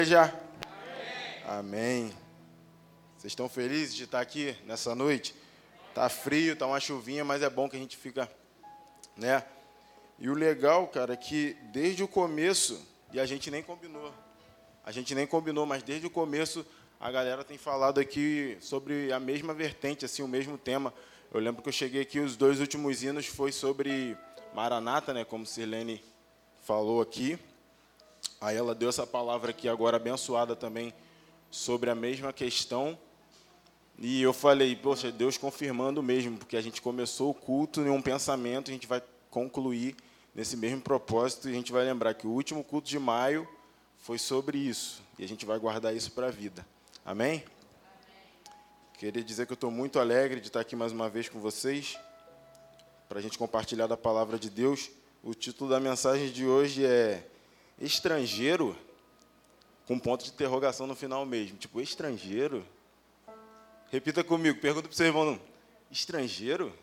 Igreja? Amém. Vocês estão felizes de estar aqui nessa noite? Tá frio, tá uma chuvinha, mas é bom que a gente fica, né? E o legal, cara, é que desde o começo, e a gente nem combinou, mas desde o começo a galera tem falado aqui sobre a mesma vertente, assim, o mesmo tema. Eu lembro que eu cheguei aqui, os 2 últimos hinos foi sobre Maranata, né, como Sirlene falou aqui. Aí ela deu essa palavra aqui agora abençoada também sobre a mesma questão. E eu falei, poxa, Deus confirmando mesmo, porque a gente começou o culto em um pensamento, a gente vai concluir nesse mesmo propósito, e a gente vai lembrar que o último culto de maio foi sobre isso, e a gente vai guardar isso para a vida. Amém? Amém. Queria dizer que eu estou muito alegre de estar aqui mais uma vez com vocês, para a gente compartilhar da palavra de Deus. O título da mensagem de hoje é Estrangeiro, com ponto de interrogação no final mesmo. Tipo, estrangeiro? Repita comigo, pergunta para o seu irmão. Estrangeiro?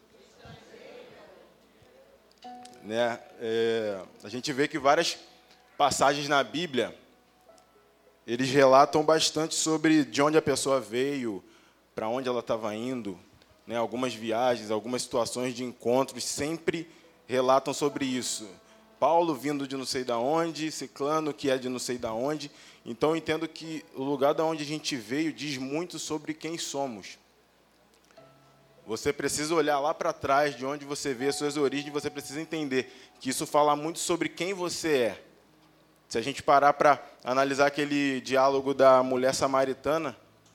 Né? A gente vê que várias passagens na Bíblia, eles relatam bastante sobre de onde a pessoa veio, para onde ela estava indo, né? Algumas viagens, algumas situações de encontros sempre relatam sobre isso. Paulo vindo de não sei da onde, Ciclano que é de não sei da onde. Então, eu entendo que o lugar de onde a gente veio diz muito sobre quem somos. Você precisa olhar lá para trás, de onde você vê as suas origens, você precisa entender que isso fala muito sobre quem você é. Se a gente parar para analisar aquele diálogo da mulher samaritana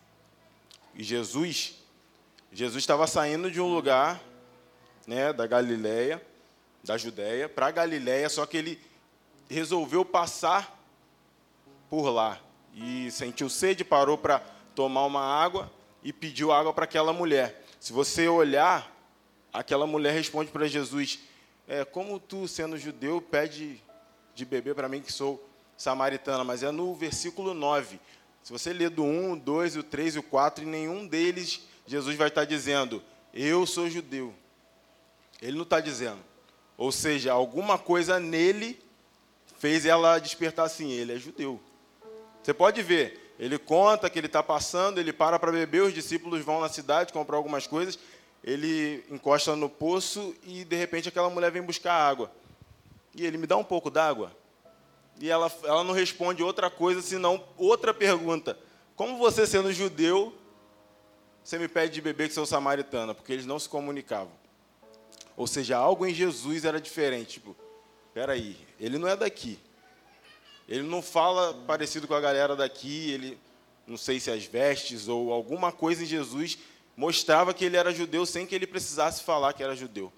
e Jesus estava saindo de um lugar, né, da Galileia, da Judéia, para a Galileia, só que ele resolveu passar por lá. E sentiu sede, parou para tomar uma água e pediu água para aquela mulher. Se você olhar, aquela mulher responde para Jesus, como tu, sendo judeu, pede de beber para mim que sou samaritana? Mas é no versículo 9. Se você ler do 1, o 2, o 3 e o 4, em nenhum deles Jesus vai estar dizendo, eu sou judeu. Ele não está dizendo. Ou seja, alguma coisa nele fez ela despertar assim, ele é judeu. Você pode ver, ele conta que ele está passando, ele para beber, os discípulos vão na cidade comprar algumas coisas, ele encosta no poço e, de repente, aquela mulher vem buscar água. E ele, me dá um pouco d'água? E ela não responde outra coisa, senão outra pergunta. Como você, sendo judeu, você me pede de beber que sou samaritana? Porque eles não se comunicavam. Ou seja, algo em Jesus era diferente. Tipo, peraí, ele não é daqui. Ele não fala parecido com a galera daqui. Ele, não sei se as vestes ou alguma coisa em Jesus mostrava que ele era judeu sem que ele precisasse falar que era judeu.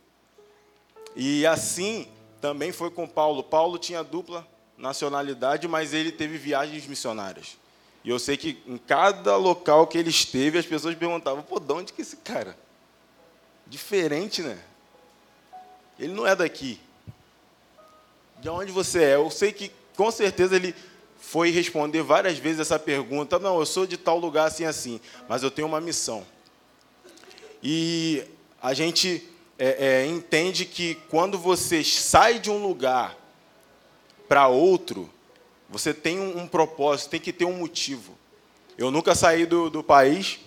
E assim também foi com Paulo. Paulo tinha dupla nacionalidade, mas ele teve viagens missionárias. E eu sei que em cada local que ele esteve, as pessoas perguntavam, pô, de onde que esse cara? Diferente, né? Ele não é daqui. De onde você é? Eu sei que, com certeza, ele foi responder várias vezes essa pergunta. Não, eu sou de tal lugar, assim, assim, mas eu tenho uma missão. E a gente entende que quando você sai de um lugar para outro, você tem um propósito, tem que ter um motivo. Eu nunca saí do país.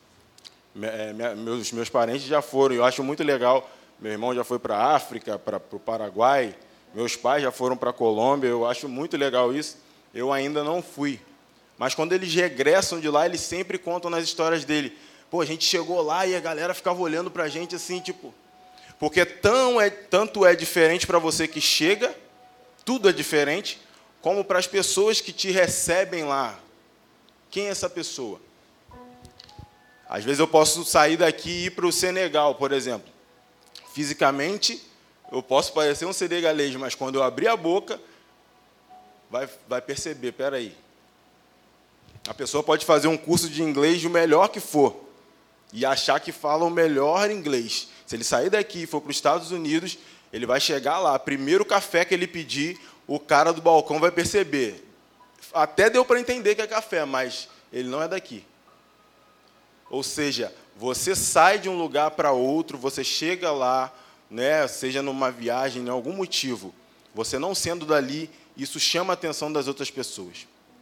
Meus parentes já foram. Eu acho muito legal. Meu irmão já foi para a África, para o Paraguai. Meus pais já foram para a Colômbia. Eu acho muito legal isso. Eu ainda não fui. Mas quando eles regressam de lá, eles sempre contam nas histórias dele. Pô, a gente chegou lá e a galera ficava olhando para a gente assim, tipo... Porque tanto é diferente para você que chega, tudo é diferente, como para as pessoas que te recebem lá. Quem é essa pessoa? Às vezes eu posso sair daqui e ir para o Senegal, por exemplo. Fisicamente, eu posso parecer um senegalês, mas quando eu abrir a boca, vai perceber, peraí. A pessoa pode fazer um curso de inglês o melhor que for e achar que fala o melhor inglês. Se ele sair daqui e for para os Estados Unidos, ele vai chegar lá, primeiro café que ele pedir, o cara do balcão vai perceber. Até deu para entender que é café, mas ele não é daqui. Ou seja, você sai de um lugar para outro, você chega lá, né, seja numa viagem, em algum motivo, você não sendo dali, isso chama a atenção das outras pessoas.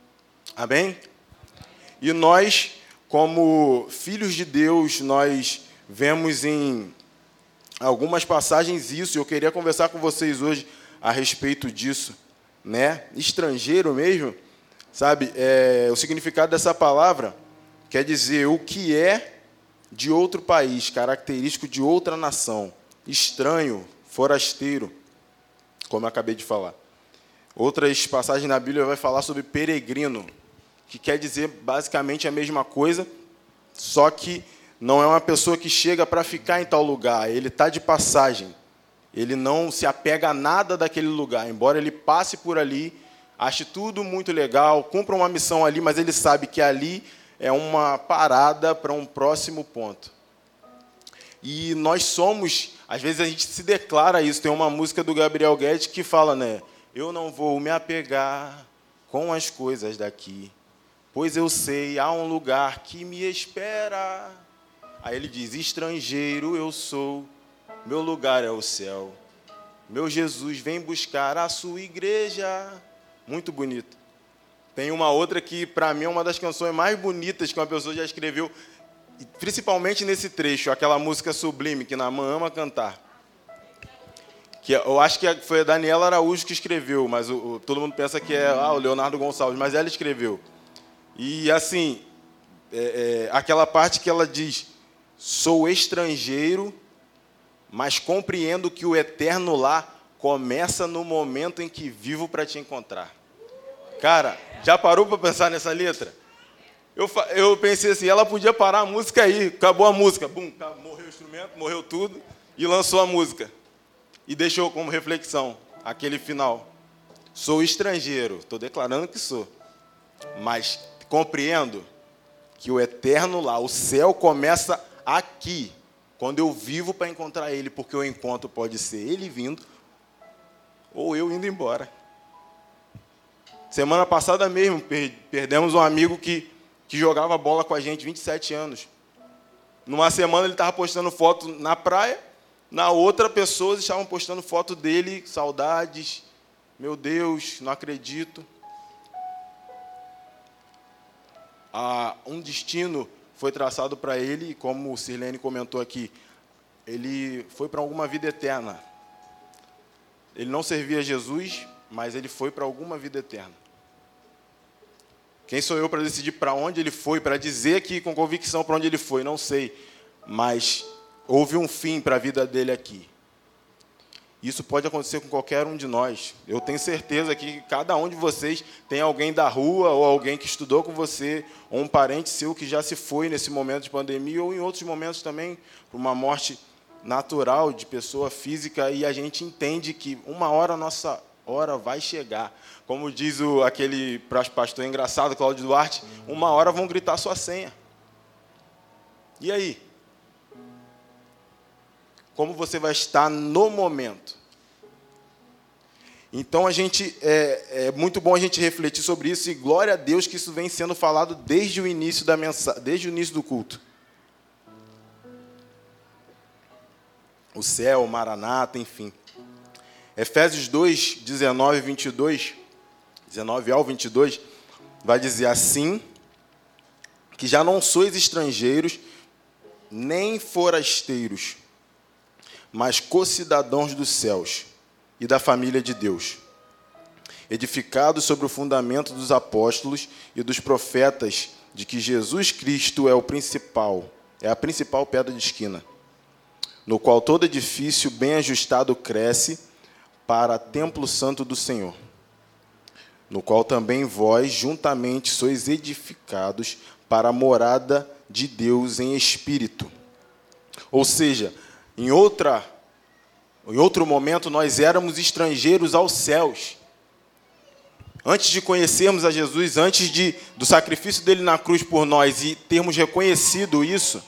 Amém? E nós, como filhos de Deus, nós vemos em algumas passagens isso, e eu queria conversar com vocês hoje a respeito disso, né? Estrangeiro mesmo, sabe? O significado dessa palavra quer dizer o que é de outro país, característico de outra nação, estranho, forasteiro, como eu acabei de falar. Outras passagens na Bíblia vai falar sobre peregrino, que quer dizer basicamente a mesma coisa, só que não é uma pessoa que chega para ficar em tal lugar, ele está de passagem. Ele não se apega a nada daquele lugar, embora ele passe por ali, ache tudo muito legal, cumpra uma missão ali, mas ele sabe que ali é uma parada para um próximo ponto. E nós somos, às vezes a gente se declara isso, tem uma música do Gabriel Guedes que fala, né? Eu não vou me apegar com as coisas daqui, pois eu sei, há um lugar que me espera. Aí ele diz, estrangeiro eu sou, meu lugar é o céu. Meu Jesus vem buscar a sua igreja. Muito bonito. Tem uma outra que, para mim, é uma das canções mais bonitas que uma pessoa já escreveu, principalmente nesse trecho, aquela música sublime que Naamã ama cantar. Que eu acho que foi a Daniela Araújo que escreveu, mas todo mundo pensa que é o Leonardo Gonçalves, mas ela escreveu. E, assim, aquela parte que ela diz, sou estrangeiro, mas compreendo que o eterno lá começa no momento em que vivo para te encontrar. Cara, já parou para pensar nessa letra? Eu pensei assim, ela podia parar a música aí, acabou a música, bum, morreu o instrumento, morreu tudo, e lançou a música. E deixou como reflexão aquele final. Sou estrangeiro, estou declarando que sou, mas compreendo que o eterno lá, o céu começa aqui, quando eu vivo para encontrar ele, porque o encontro pode ser ele vindo ou eu indo embora. Semana passada mesmo, perdemos um amigo que jogava bola com a gente, 27 anos. Numa semana ele estava postando foto na praia, na outra pessoas estavam postando foto dele, saudades, meu Deus, não acredito. Um destino foi traçado para ele, e como o Sirlene comentou aqui, ele foi para alguma vida eterna. Ele não servia a Jesus, mas ele foi para alguma vida eterna. Quem sou eu para decidir para onde ele foi, para dizer aqui com convicção para onde ele foi? Não sei, mas houve um fim para a vida dele aqui. Isso pode acontecer com qualquer um de nós. Eu tenho certeza que cada um de vocês tem alguém da rua, ou alguém que estudou com você, ou um parente seu que já se foi nesse momento de pandemia, ou em outros momentos também, por uma morte natural de pessoa física, e a gente entende que uma hora a nossa hora vai chegar. Como diz aquele pastor engraçado, Cláudio Duarte, uma hora vão gritar sua senha. E aí? Como você vai estar no momento? Então, é muito bom a gente refletir sobre isso, e glória a Deus que isso vem sendo falado desde o início da mensagem, desde o início do culto. O céu, o Maranata, enfim. Efésios 2, 19 ao 22, vai dizer assim, que já não sois estrangeiros, nem forasteiros, mas co-cidadãos dos céus e da família de Deus, edificados sobre o fundamento dos apóstolos e dos profetas, de que Jesus Cristo é a principal pedra de esquina, no qual todo edifício bem ajustado cresce para templo santo do Senhor, no qual também vós juntamente sois edificados para a morada de Deus em espírito. Ou seja, em outro momento, nós éramos estrangeiros aos céus. Antes de conhecermos a Jesus, antes do sacrifício dele na cruz por nós e termos reconhecido isso,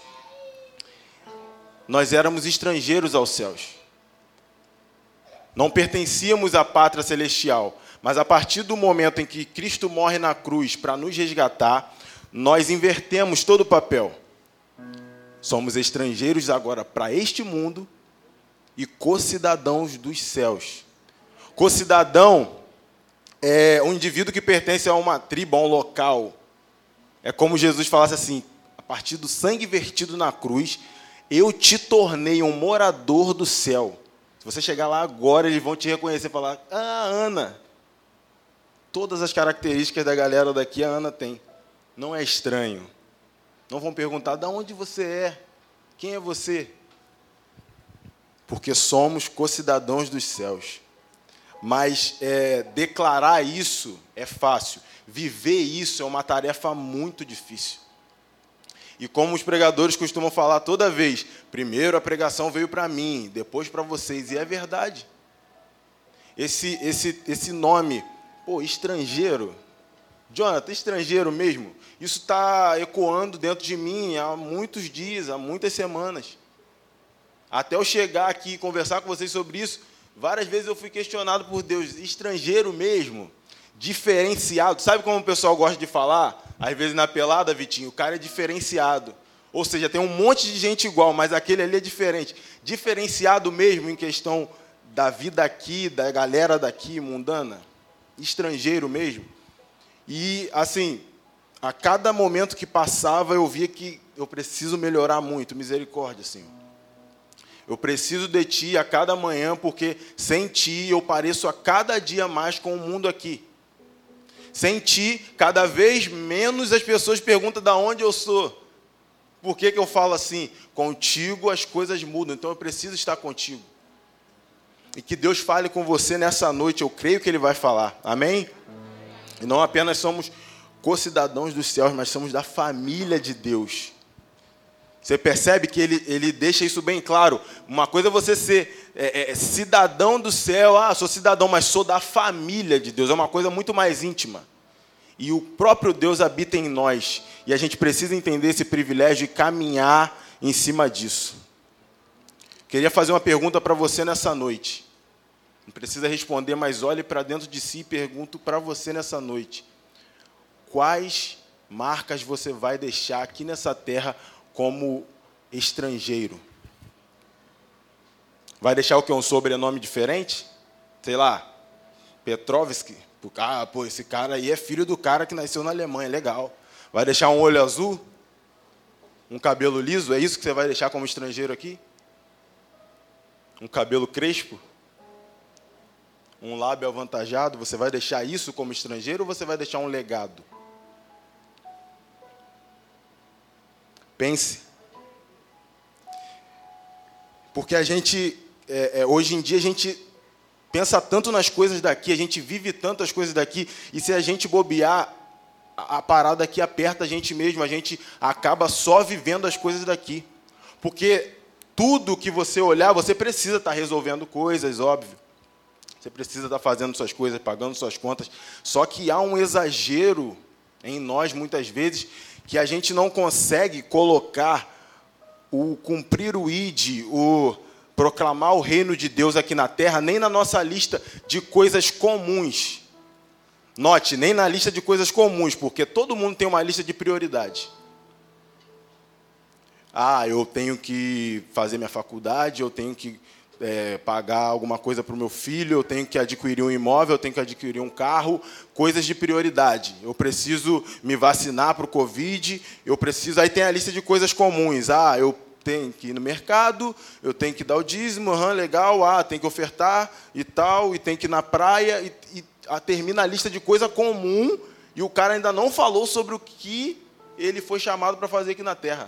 nós éramos estrangeiros aos céus. Não pertencíamos à pátria celestial, mas a partir do momento em que Cristo morre na cruz para nos resgatar, nós invertemos todo o papel. Somos estrangeiros agora para este mundo e co-cidadãos dos céus. Co-cidadão é um indivíduo que pertence a uma tribo, a um local. É como Jesus falasse assim: a partir do sangue vertido na cruz, eu te tornei um morador do céu. Se você chegar lá agora, eles vão te reconhecer e falar: ah, Ana. Todas as características da galera daqui a Ana tem. Não é estranho. Não vão perguntar: de onde você é? Quem é você? Porque somos co-cidadãos dos céus. Mas declarar isso é fácil. Viver isso é uma tarefa muito difícil. E como os pregadores costumam falar toda vez: primeiro a pregação veio para mim, depois para vocês. E é verdade. Esse nome, estrangeiro. Jonathan, estrangeiro mesmo. Isso está ecoando dentro de mim há muitos dias, há muitas semanas. Até eu chegar aqui e conversar com vocês sobre isso, várias vezes eu fui questionado por Deus: estrangeiro mesmo, diferenciado. Sabe como o pessoal gosta de falar? Às vezes na pelada, Vitinho, o cara é diferenciado. Ou seja, tem um monte de gente igual, mas aquele ali é diferente. Diferenciado mesmo em questão da vida aqui, da galera daqui, mundana. Estrangeiro mesmo. E, assim, a cada momento que passava, eu via que eu preciso melhorar muito. Misericórdia, Senhor. Eu preciso de Ti a cada manhã, porque sem Ti eu pareço a cada dia mais com o mundo aqui. Sem Ti, cada vez menos as pessoas perguntam de onde eu sou. Por que eu falo assim? Contigo as coisas mudam, então eu preciso estar contigo. E que Deus fale com você nessa noite, eu creio que Ele vai falar. Amém? E não apenas somos co-cidadãos dos céus, mas somos da família de Deus. Você percebe que ele deixa isso bem claro. Uma coisa é você ser cidadão do céu. Ah, sou cidadão, mas sou da família de Deus. É uma coisa muito mais íntima. E o próprio Deus habita em nós. E a gente precisa entender esse privilégio e caminhar em cima disso. Queria fazer uma pergunta para você nessa noite. Não precisa responder, mas olhe para dentro de si e pergunto para você nessa noite. Quais marcas você vai deixar aqui nessa terra como estrangeiro? Vai deixar o que? Um sobrenome diferente? Sei lá, Petrovski. Esse cara aí é filho do cara que nasceu na Alemanha, legal. Vai deixar um olho azul? Um cabelo liso? É isso que você vai deixar como estrangeiro aqui? Um cabelo crespo? Um lábio avantajado? Você vai deixar isso como estrangeiro ou você vai deixar um legado? Pense. Porque a gente, hoje em dia, a gente pensa tanto nas coisas daqui, a gente vive tantas coisas daqui, e se a gente bobear, a parada aqui aperta a gente mesmo, a gente acaba só vivendo as coisas daqui. Porque tudo que você olhar, você precisa estar resolvendo coisas, óbvio. Você precisa estar fazendo suas coisas, pagando suas contas. Só que há um exagero em nós, muitas vezes, que a gente não consegue colocar o cumprir o ID, o proclamar o reino de Deus aqui na terra, nem na nossa lista de coisas comuns. Note, nem na lista de coisas comuns, porque todo mundo tem uma lista de prioridade. Ah, eu tenho que fazer minha faculdade, eu tenho que pagar alguma coisa para o meu filho, eu tenho que adquirir um imóvel, eu tenho que adquirir um carro, coisas de prioridade. Eu preciso me vacinar para o Covid, eu preciso... Aí tem a lista de coisas comuns. Ah, eu tenho que ir no mercado, eu tenho que dar o dízimo, legal, tem que ofertar e tal, e tem que ir na praia, e termina a lista de coisa comum, e o cara ainda não falou sobre o que ele foi chamado para fazer aqui na terra.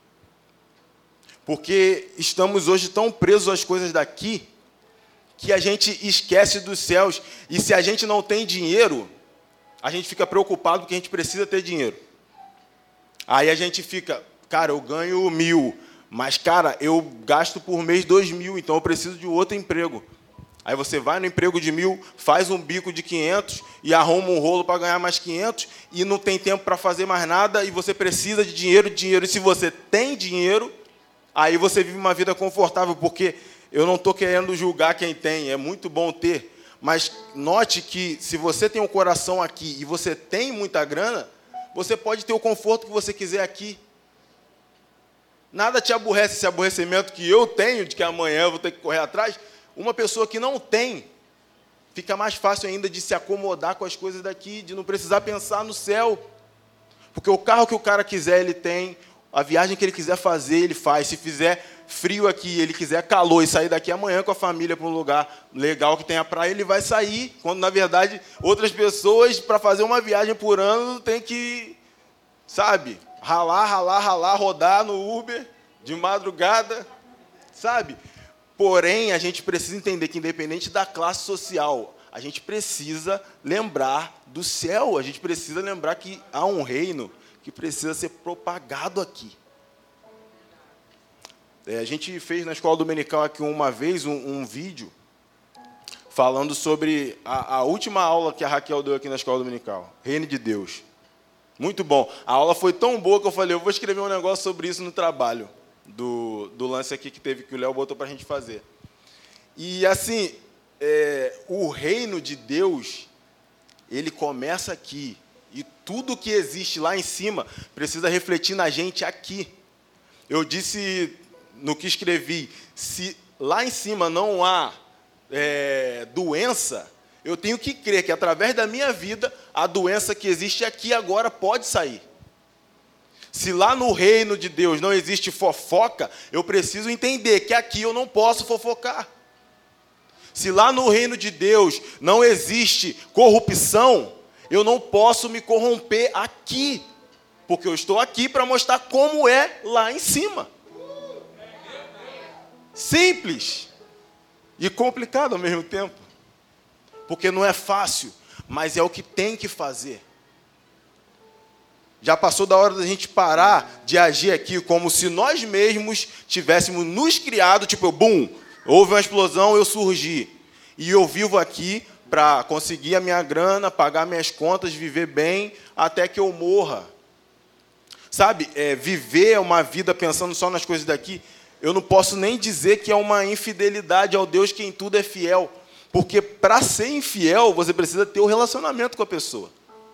Porque estamos hoje tão presos às coisas daqui, que a gente esquece dos céus. E se a gente não tem dinheiro, a gente fica preocupado porque a gente precisa ter dinheiro. Aí a gente fica, cara, eu ganho 1.000, mas, cara, eu gasto por mês 2.000, então eu preciso de outro emprego. Aí você vai no emprego de 1.000, faz um bico de 500 e arruma um rolo para ganhar mais 500 e não tem tempo para fazer mais nada e você precisa de dinheiro. E se você tem dinheiro, aí você vive uma vida confortável, porque eu não estou querendo julgar quem tem, é muito bom ter. Mas note que se você tem um coração aqui e você tem muita grana, você pode ter o conforto que você quiser aqui. Nada te aborrece, esse aborrecimento que eu tenho, de que amanhã eu vou ter que correr atrás. Uma pessoa que não tem fica mais fácil ainda de se acomodar com as coisas daqui, de não precisar pensar no céu. Porque o carro que o cara quiser, ele tem. A viagem que ele quiser fazer, ele faz. Se fizer frio aqui, ele quiser calor e sair daqui amanhã com a família para um lugar legal que tenha praia, ele vai sair. Quando, na verdade, outras pessoas, para fazer uma viagem por ano, tem que, sabe, ralar, rodar no Uber de madrugada, sabe? Porém, a gente precisa entender que, independente da classe social, a gente precisa lembrar do céu, a gente precisa lembrar que há um reino que precisa ser propagado aqui. A gente fez na escola dominical aqui uma vez um vídeo falando sobre a última aula que a Raquel deu aqui na escola dominical, Reino de Deus. Muito bom. A aula foi tão boa que eu falei, eu vou escrever um negócio sobre isso no trabalho, do lance aqui que teve, que o Léo botou para a gente fazer. E assim, o reino de Deus, ele começa aqui. E tudo que existe lá em cima precisa refletir na gente aqui. Eu disse no que escrevi, se lá em cima não há doença, eu tenho que crer que através da minha vida, a doença que existe aqui agora pode sair. Se lá no reino de Deus não existe fofoca, eu preciso entender que aqui eu não posso fofocar. Se lá no reino de Deus não existe corrupção, eu não posso me corromper aqui, porque eu estou aqui para mostrar como é lá em cima. Simples e complicado ao mesmo tempo, porque não é fácil, mas é o que tem que fazer. Já passou da hora da gente parar de agir aqui como se nós mesmos tivéssemos nos criado, tipo, bum, houve uma explosão, eu surgi. E eu vivo aqui para conseguir a minha grana, pagar minhas contas, viver bem, até que eu morra. Sabe, viver uma vida pensando só nas coisas daqui, eu não posso nem dizer que é uma infidelidade ao Deus que em tudo é fiel. Porque para ser infiel, você precisa ter um relacionamento com a pessoa.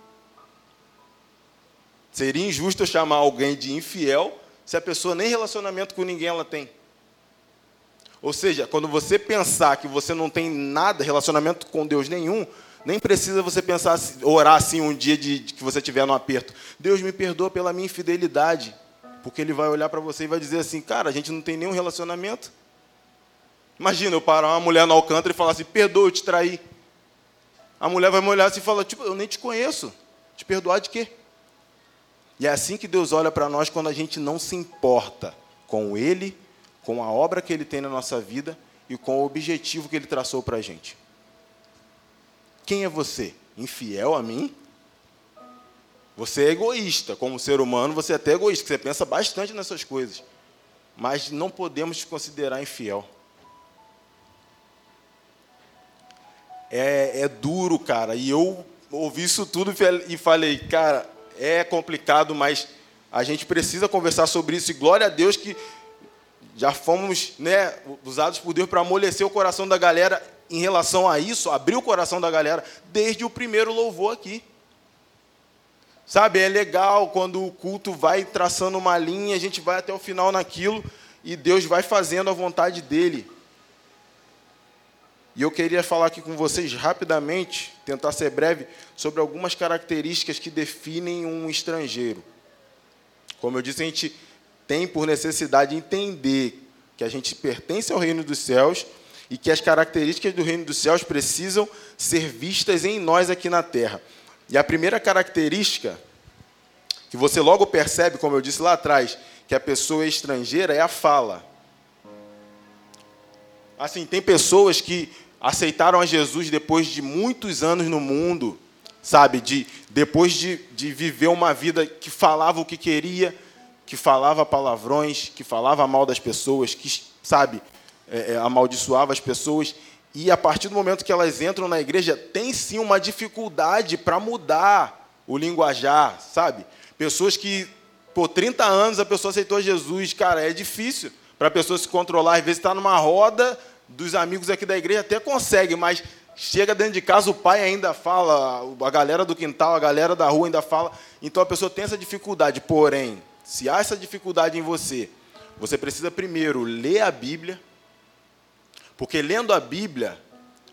Seria injusto eu chamar alguém de infiel se a pessoa nem relacionamento com ninguém ela tem. Ou seja, quando você pensar que você não tem nada, relacionamento com Deus nenhum, nem precisa você pensar, orar assim um dia de que você estiver no aperto. Deus me perdoa pela minha infidelidade. Porque Ele vai olhar para você e vai dizer assim, cara, a gente não tem nenhum relacionamento. Imagina eu parar uma mulher no Alcântara e falar assim, perdoa, eu te traí. A mulher vai me olhar assim e falar, tipo, eu nem te conheço. Te perdoar de quê? E é assim que Deus olha para nós quando a gente não se importa com Ele, com a obra que Ele tem na nossa vida e com o objetivo que Ele traçou para a gente. Quem é você? Infiel a mim? Você é egoísta. Como ser humano, você é até egoísta, você pensa bastante nessas coisas. Mas não podemos te considerar infiel. É duro, cara. E eu ouvi isso tudo e falei, cara, é complicado, mas a gente precisa conversar sobre isso. E glória a Deus que já fomos, usados por Deus para amolecer o coração da galera em relação a isso, abrir o coração da galera desde o primeiro louvor aqui. Sabe, é legal quando o culto vai traçando uma linha, a gente vai até o final naquilo e Deus vai fazendo a vontade dEle. E eu queria falar aqui com vocês rapidamente, tentar ser breve, sobre algumas características que definem um estrangeiro. Como eu disse, a gente tem por necessidade entender que a gente pertence ao reino dos céus e que as características do reino dos céus precisam ser vistas em nós aqui na terra. E a primeira característica, que você logo percebe, como eu disse lá atrás, que a pessoa é estrangeira, é a fala. Assim, tem pessoas que aceitaram a Jesus depois de muitos anos no mundo, sabe? Depois de viver uma vida que falava o que queria, que falava palavrões, que falava mal das pessoas, que, sabe, amaldiçoava as pessoas. E a partir do momento que elas entram na igreja, tem sim uma dificuldade para mudar o linguajar, sabe? Pessoas que, por 30 anos, a pessoa aceitou Jesus. Cara, é difícil para a pessoa se controlar. Às vezes está numa roda dos amigos aqui da igreja, até consegue, mas chega dentro de casa, o pai ainda fala, a galera do quintal, a galera da rua ainda fala. Então a pessoa tem essa dificuldade. Porém, se há essa dificuldade em você, você precisa primeiro ler a Bíblia. Porque lendo a Bíblia,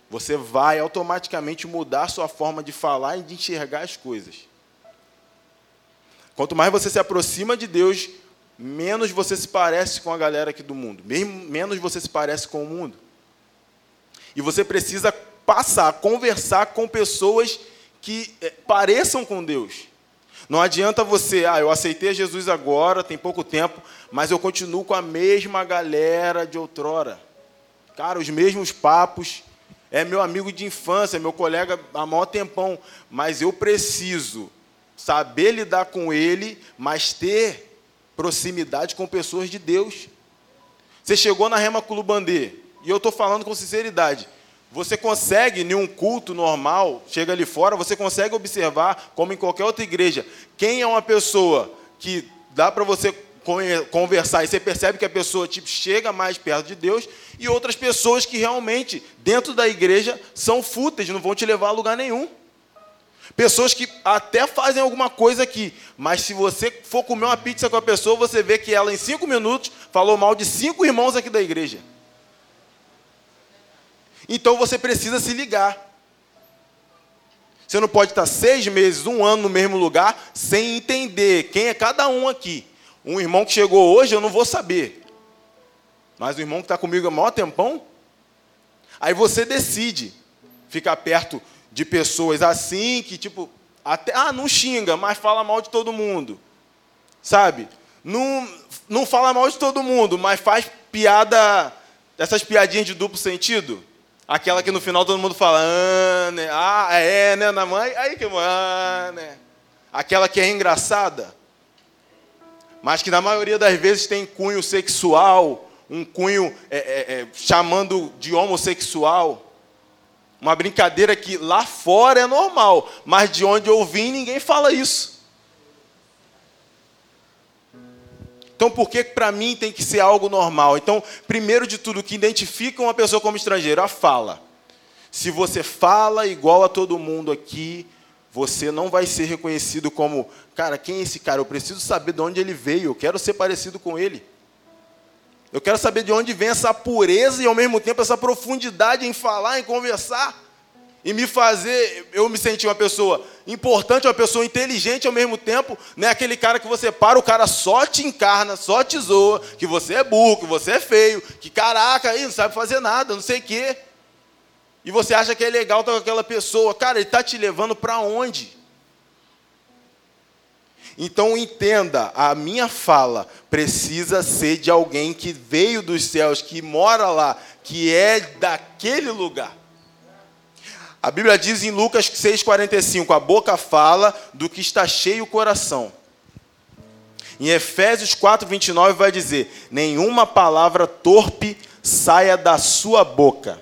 você vai automaticamente mudar a sua forma de falar e de enxergar as coisas. Quanto mais você se aproxima de Deus, menos você se parece com a galera aqui do mundo, menos você se parece com o mundo. E você precisa passar a conversar com pessoas que pareçam com Deus. Não adianta você, eu aceitei Jesus agora, tem pouco tempo, mas eu continuo com a mesma galera de outrora. Cara, os mesmos papos, é meu amigo de infância, meu colega há maior tempão, mas eu preciso saber lidar com ele, mas ter proximidade com pessoas de Deus. Você chegou na Rema Culubandê, e eu estou falando com sinceridade, você consegue, em um culto normal, chega ali fora, você consegue observar, como em qualquer outra igreja, quem é uma pessoa que dá para você conversar, e você percebe que a pessoa chega mais perto de Deus, e outras pessoas que realmente, dentro da igreja, são fúteis, não vão te levar a lugar nenhum. Pessoas que até fazem alguma coisa aqui, mas se você for comer uma pizza com a pessoa, você vê que ela, em 5 minutos, falou mal de 5 irmãos aqui da igreja. Então você precisa se ligar. Você não pode estar 6 meses, 1 ano no mesmo lugar, sem entender quem é cada um aqui. Um irmão que chegou hoje, eu não vou saber. Mas o irmão que está comigo há maior tempão, aí você decide ficar perto de pessoas assim, que até, não xinga, mas fala mal de todo mundo. Sabe? Não fala mal de todo mundo, mas faz piada, essas piadinhas de duplo sentido. Aquela que no final todo mundo fala, né? Né, na mãe? Aí que, né? Aquela que é engraçada, mas que na maioria das vezes tem cunho sexual, um cunho chamando de homossexual. Uma brincadeira que lá fora é normal, mas de onde eu vim ninguém fala isso. Então, por que para mim tem que ser algo normal? Então, primeiro de tudo, o que identifica uma pessoa como estrangeiro? A fala. Se você fala igual a todo mundo aqui, você não vai ser reconhecido como, cara, quem é esse cara? Eu preciso saber de onde ele veio, eu quero ser parecido com ele. Eu quero saber de onde vem essa pureza e, ao mesmo tempo, essa profundidade em falar, em conversar. E me fazer, eu me sentir uma pessoa importante, uma pessoa inteligente ao mesmo tempo, não é aquele cara que você para, o cara só te encarna, só te zoa, que você é burro, que você é feio, que caraca, aí não sabe fazer nada, não sei o quê. E você acha que é legal estar com aquela pessoa. Cara, ele está te levando para onde? Então entenda, a minha fala precisa ser de alguém que veio dos céus, que mora lá, que é daquele lugar. A Bíblia diz em Lucas 6,45, a boca fala do que está cheio o coração. Em Efésios 4,29 vai dizer, nenhuma palavra torpe saia da sua boca,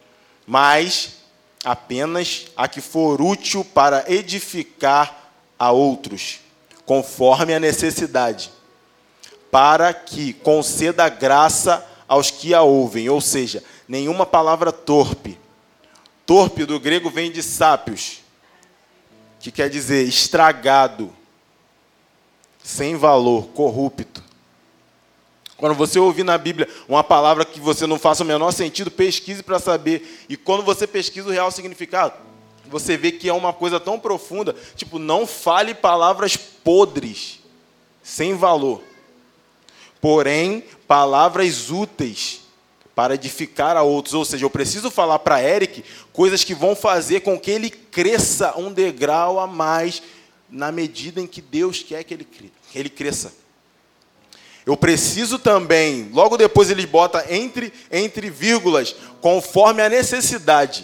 mas apenas a que for útil para edificar a outros, conforme a necessidade, para que conceda graça aos que a ouvem. Ou seja, nenhuma palavra torpe. Torpe do grego vem de sápios, que quer dizer estragado, sem valor, corrupto. Quando você ouvir na Bíblia uma palavra que você não faça o menor sentido, pesquise para saber. E quando você pesquisa o real significado, você vê que é uma coisa tão profunda, não fale palavras podres, sem valor. Porém, palavras úteis para edificar a outros. Ou seja, eu preciso falar para Eric coisas que vão fazer com que ele cresça um degrau a mais na medida em que Deus quer que ele cresça. Eu preciso também, logo depois ele bota entre vírgulas, conforme a necessidade.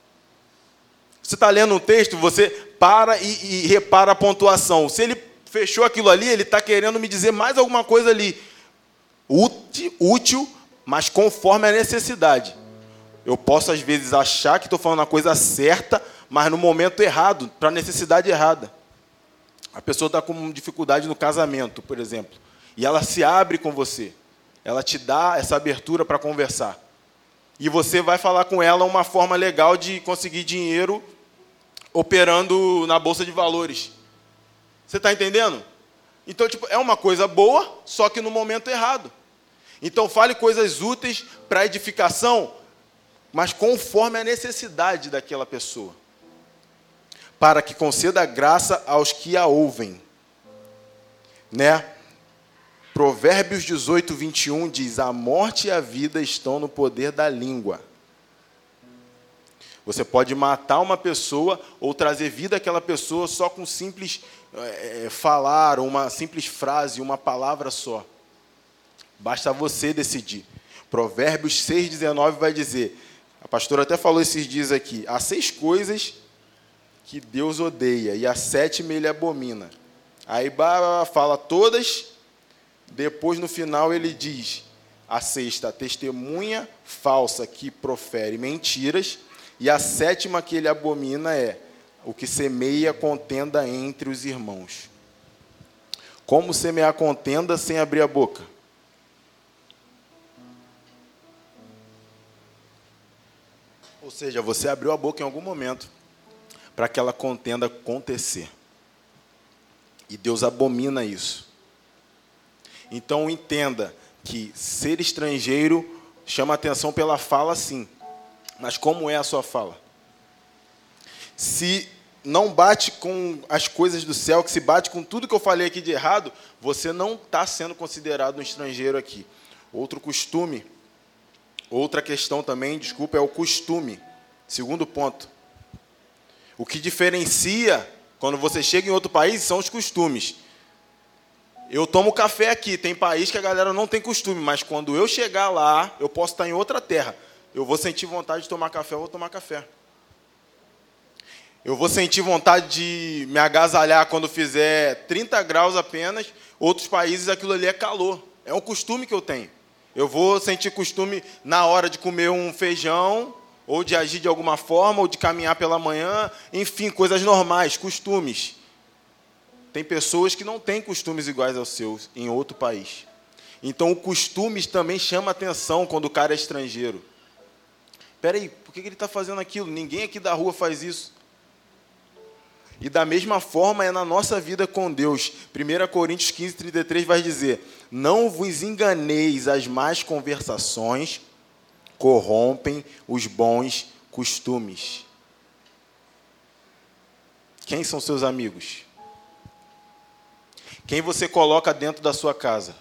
Você está lendo um texto, você para e repara a pontuação. Se ele fechou aquilo ali, ele está querendo me dizer mais alguma coisa ali. Útil, mas conforme a necessidade. Eu posso, às vezes, achar que estou falando a coisa certa, mas no momento errado, para a necessidade errada. A pessoa está com dificuldade no casamento, por exemplo, e ela se abre com você. Ela te dá essa abertura para conversar. E você vai falar com ela uma forma legal de conseguir dinheiro operando na Bolsa de Valores. Você está entendendo? Então, é uma coisa boa, só que no momento errado. Então, fale coisas úteis para edificação mas conforme a necessidade daquela pessoa, para que conceda graça aos que a ouvem. Né? Provérbios 18, 21 diz: a morte e a vida estão no poder da língua. Você pode matar uma pessoa ou trazer vida àquela pessoa só com simples falar, uma simples frase, uma palavra só. Basta você decidir. Provérbios 6,19 vai dizer, a pastora até falou esses dias aqui, há 6 coisas que Deus odeia e a 7ª ele abomina. Aí fala todas, depois no final ele diz, a 6ª, a testemunha falsa que profere mentiras, e a 7ª que ele abomina é o que semeia contenda entre os irmãos. Como semear contenda sem abrir a boca? Ou seja, você abriu a boca em algum momento para aquela contenda acontecer. E Deus abomina isso. Então entenda que ser estrangeiro chama atenção pela fala, sim. Mas como é a sua fala? Se não bate com as coisas do céu, que se bate com tudo que eu falei aqui de errado, você não está sendo considerado um estrangeiro aqui. Outro costume, outra questão também, desculpa, é o costume. Segundo ponto. O que diferencia quando você chega em outro país são os costumes. Eu tomo café aqui, tem país que a galera não tem costume, mas quando eu chegar lá, eu posso estar em outra terra. Eu vou sentir vontade de tomar café, eu vou tomar café. Eu vou sentir vontade de me agasalhar quando fizer 30 graus apenas. Outros países aquilo ali é calor. É um costume que eu tenho. Eu vou sentir costume na hora de comer um feijão, ou de agir de alguma forma, ou de caminhar pela manhã. Enfim, coisas normais, costumes. Tem pessoas que não têm costumes iguais aos seus em outro país. Então, o costume também chama atenção quando o cara é estrangeiro. Espera aí, por que ele está fazendo aquilo? Ninguém aqui da rua faz isso. E da mesma forma é na nossa vida com Deus. 1 Coríntios 15, 33 vai dizer: não vos enganeis, as más conversações corrompem os bons costumes. Quem são seus amigos? Quem você coloca dentro da sua casa?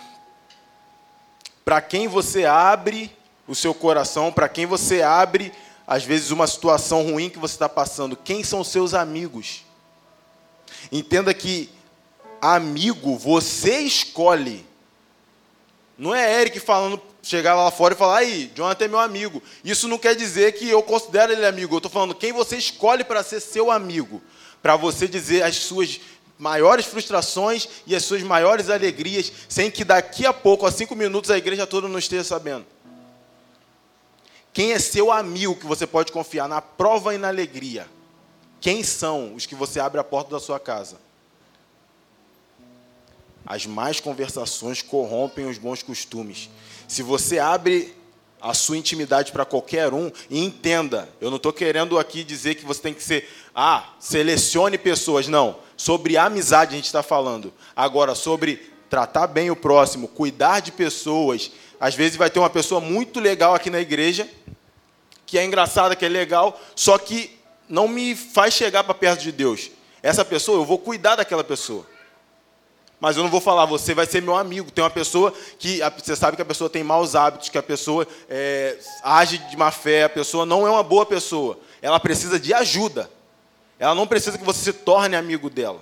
Para quem você abre o seu coração? Para quem você abre às vezes uma situação ruim que você está passando? Quem são seus amigos? Entenda que amigo você escolhe. Não é Eric falando, chegar lá fora e falar: aí, Jonathan é meu amigo. Isso não quer dizer que eu considero ele amigo. Eu estou falando quem você escolhe para ser seu amigo. Para você dizer as suas maiores frustrações e as suas maiores alegrias, sem que daqui a pouco, a 5 minutos, a igreja toda não esteja sabendo. Quem é seu amigo que você pode confiar na prova e na alegria? Quem são os que você abre a porta da sua casa? As más conversações corrompem os bons costumes. Se você abre a sua intimidade para qualquer um, e entenda, eu não estou querendo aqui dizer que você tem que ser, selecione pessoas, não. Sobre amizade a gente está falando. Agora, sobre tratar bem o próximo, cuidar de pessoas. Às vezes vai ter uma pessoa muito legal aqui na igreja, que é engraçada, que é legal, só que não me faz chegar para perto de Deus. Essa pessoa, eu vou cuidar daquela pessoa. Mas eu não vou falar, você vai ser meu amigo. Tem uma pessoa que, você sabe que a pessoa tem maus hábitos, que a pessoa age de má fé, a pessoa não é uma boa pessoa. Ela precisa de ajuda. Ela não precisa que você se torne amigo dela.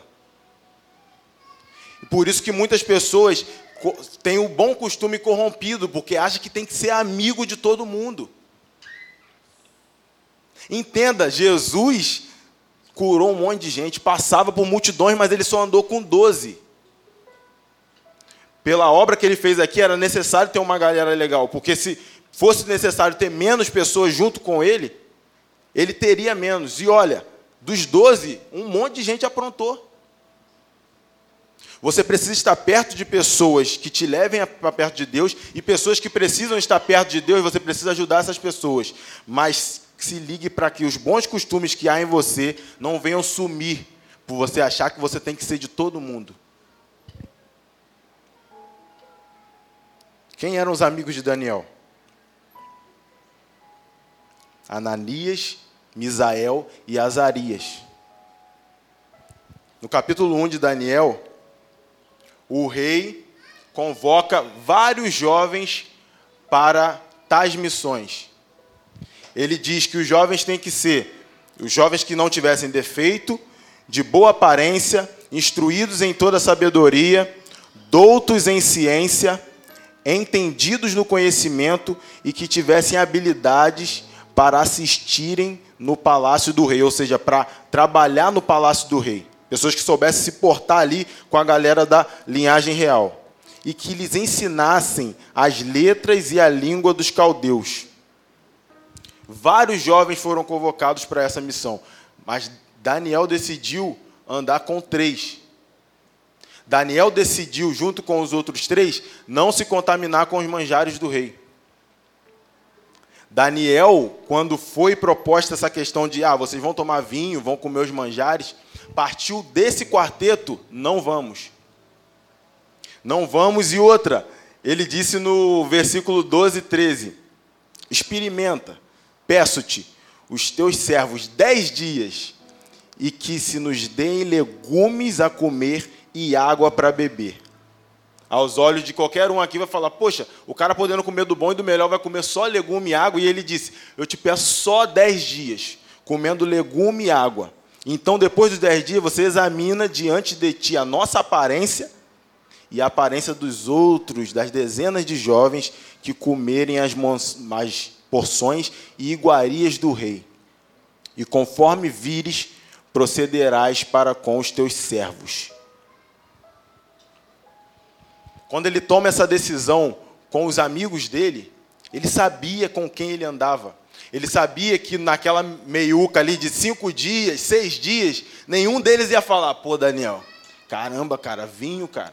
E por isso que muitas pessoas têm o bom costume corrompido, porque acham que tem que ser amigo de todo mundo. Entenda, Jesus curou um monte de gente, passava por multidões, mas ele só andou com 12. Pela obra que ele fez aqui, era necessário ter uma galera legal, porque se fosse necessário ter menos pessoas junto com ele, ele teria menos. E olha, dos 12, um monte de gente aprontou. Você precisa estar perto de pessoas que te levem para perto de Deus, e pessoas que precisam estar perto de Deus, você precisa ajudar essas pessoas. Mas se ligue para que os bons costumes que há em você não venham sumir, por você achar que você tem que ser de todo mundo. Quem eram os amigos de Daniel? Ananias, Misael e Azarias. No capítulo 1 de Daniel, o rei convoca vários jovens para tais missões. Ele diz que os jovens têm que ser os jovens que não tivessem defeito, de boa aparência, instruídos em toda sabedoria, doutos em ciência, entendidos no conhecimento e que tivessem habilidades para assistirem no palácio do rei, ou seja, para trabalhar no palácio do rei. Pessoas que soubessem se portar ali com a galera da linhagem real. E que lhes ensinassem as letras e a língua dos caldeus. Vários jovens foram convocados para essa missão, mas Daniel decidiu andar com 3. Daniel decidiu, junto com os outros 3, não se contaminar com os manjares do rei. Daniel, quando foi proposta essa questão de vocês vão tomar vinho, vão comer os manjares, partiu desse quarteto, não vamos. Não vamos, e outra, ele disse no versículo 12 e 13, experimenta, peço-te, os teus servos 10 dias, e que se nos deem legumes a comer e água para beber. Aos olhos de qualquer um aqui vai falar, poxa, o cara podendo comer do bom e do melhor vai comer só legume e água, e ele disse, eu te peço só 10 dias, comendo legume e água. Então, depois dos 10 dias, você examina diante de ti a nossa aparência e a aparência dos outros, das dezenas de jovens que comerem as porções e iguarias do rei. E conforme vires, procederás para com os teus servos. Quando ele toma essa decisão com os amigos dele, ele sabia com quem ele andava. Ele sabia que naquela meiuca ali de 5 dias, 6 dias, nenhum deles ia falar, pô, Daniel, caramba, cara, vinho, cara.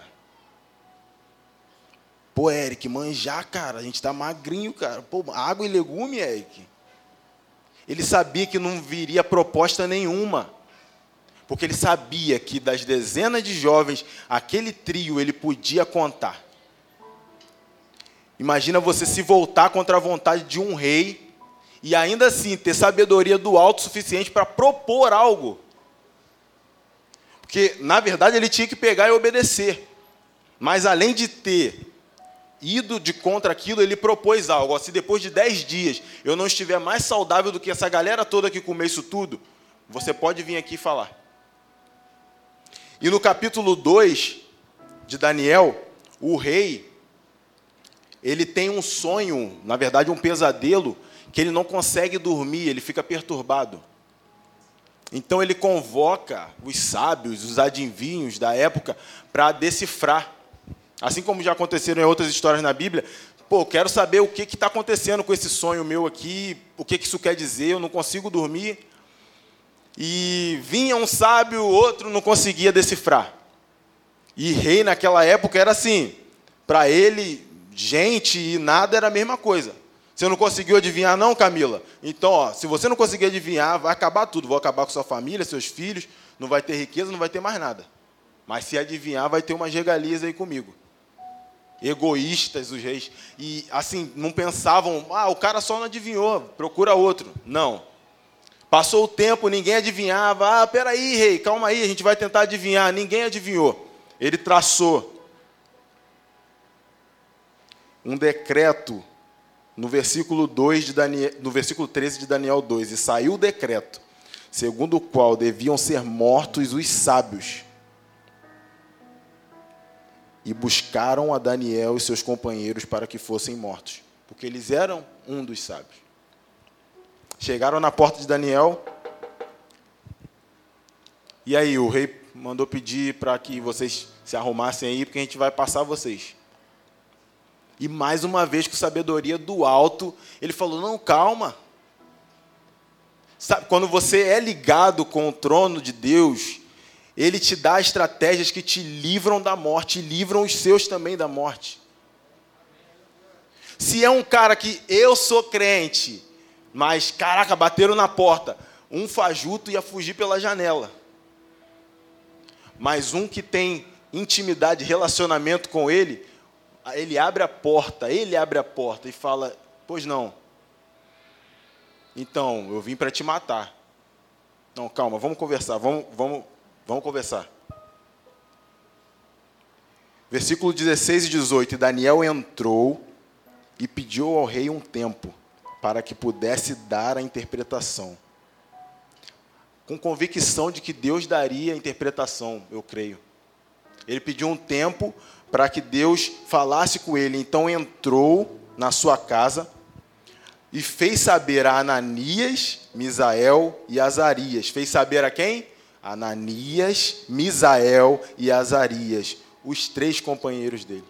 Pô, Eric, manjar, cara, a gente tá magrinho, cara. Pô, água e legume, Eric. Ele sabia que não viria proposta nenhuma. Porque ele sabia que das dezenas de jovens, aquele trio ele podia contar. Imagina você se voltar contra a vontade de um rei e ainda assim ter sabedoria do alto suficiente para propor algo. Porque, na verdade, ele tinha que pegar e obedecer. Mas, além de ter ido de contra aquilo, ele propôs algo. Se depois de 10 dias eu não estiver mais saudável do que essa galera toda que comeu isso tudo, você pode vir aqui falar. E no capítulo 2 de Daniel, o rei, ele tem um sonho, na verdade um pesadelo, que ele não consegue dormir, ele fica perturbado. Então ele convoca os sábios, os adivinhos da época, para decifrar. Assim como já aconteceram em outras histórias na Bíblia, pô, quero saber o que está acontecendo com esse sonho meu aqui, o que isso quer dizer, eu não consigo dormir. E vinha um sábio, outro não conseguia decifrar. E rei naquela época era assim, para ele, gente e nada era a mesma coisa. Você não conseguiu adivinhar não, Camila? Então, se você não conseguir adivinhar, vai acabar tudo. Vou acabar com sua família, seus filhos, não vai ter riqueza, não vai ter mais nada. Mas se adivinhar, vai ter umas regalias aí comigo. Egoístas os reis. E assim, não pensavam, o cara só não adivinhou, procura outro. Não. Passou o tempo, ninguém adivinhava. Peraí, rei, calma aí, a gente vai tentar adivinhar. Ninguém adivinhou. Ele traçou um decreto no versículo 13 de Daniel 2. E saiu o decreto, segundo o qual deviam ser mortos os sábios. E buscaram a Daniel e seus companheiros para que fossem mortos, porque eles eram um dos sábios. Chegaram na porta de Daniel, e aí o rei mandou pedir para que vocês se arrumassem aí, porque a gente vai passar vocês. E mais uma vez, com sabedoria do alto, ele falou, não, calma. Sabe, quando você é ligado com o trono de Deus, ele te dá estratégias que te livram da morte, e livram os seus também da morte. Se é um cara que eu sou crente, mas, caraca, bateram na porta, um fajuto ia fugir pela janela. Mas um que tem intimidade, relacionamento com ele abre a porta e fala, pois não. então, eu vim para te matar. Não, calma, vamos conversar, vamos conversar. Versículo 16 e 18. E Daniel entrou e pediu ao rei um tempo para que pudesse dar a interpretação. Com convicção de que Deus daria a interpretação, eu creio. Ele pediu um tempo para que Deus falasse com ele. Então entrou na sua casa e fez saber a Ananias, Misael e Azarias. Fez saber a quem? Ananias, Misael e Azarias, os 3 companheiros dele,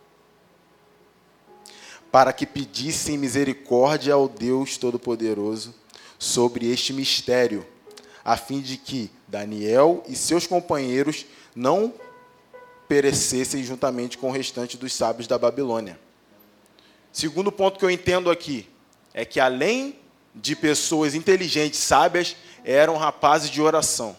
para que pedissem misericórdia ao Deus Todo-Poderoso sobre este mistério, a fim de que Daniel e seus companheiros não perecessem juntamente com o restante dos sábios da Babilônia. Segundo ponto que eu entendo aqui, é que além de pessoas inteligentes, sábias, eram rapazes de oração.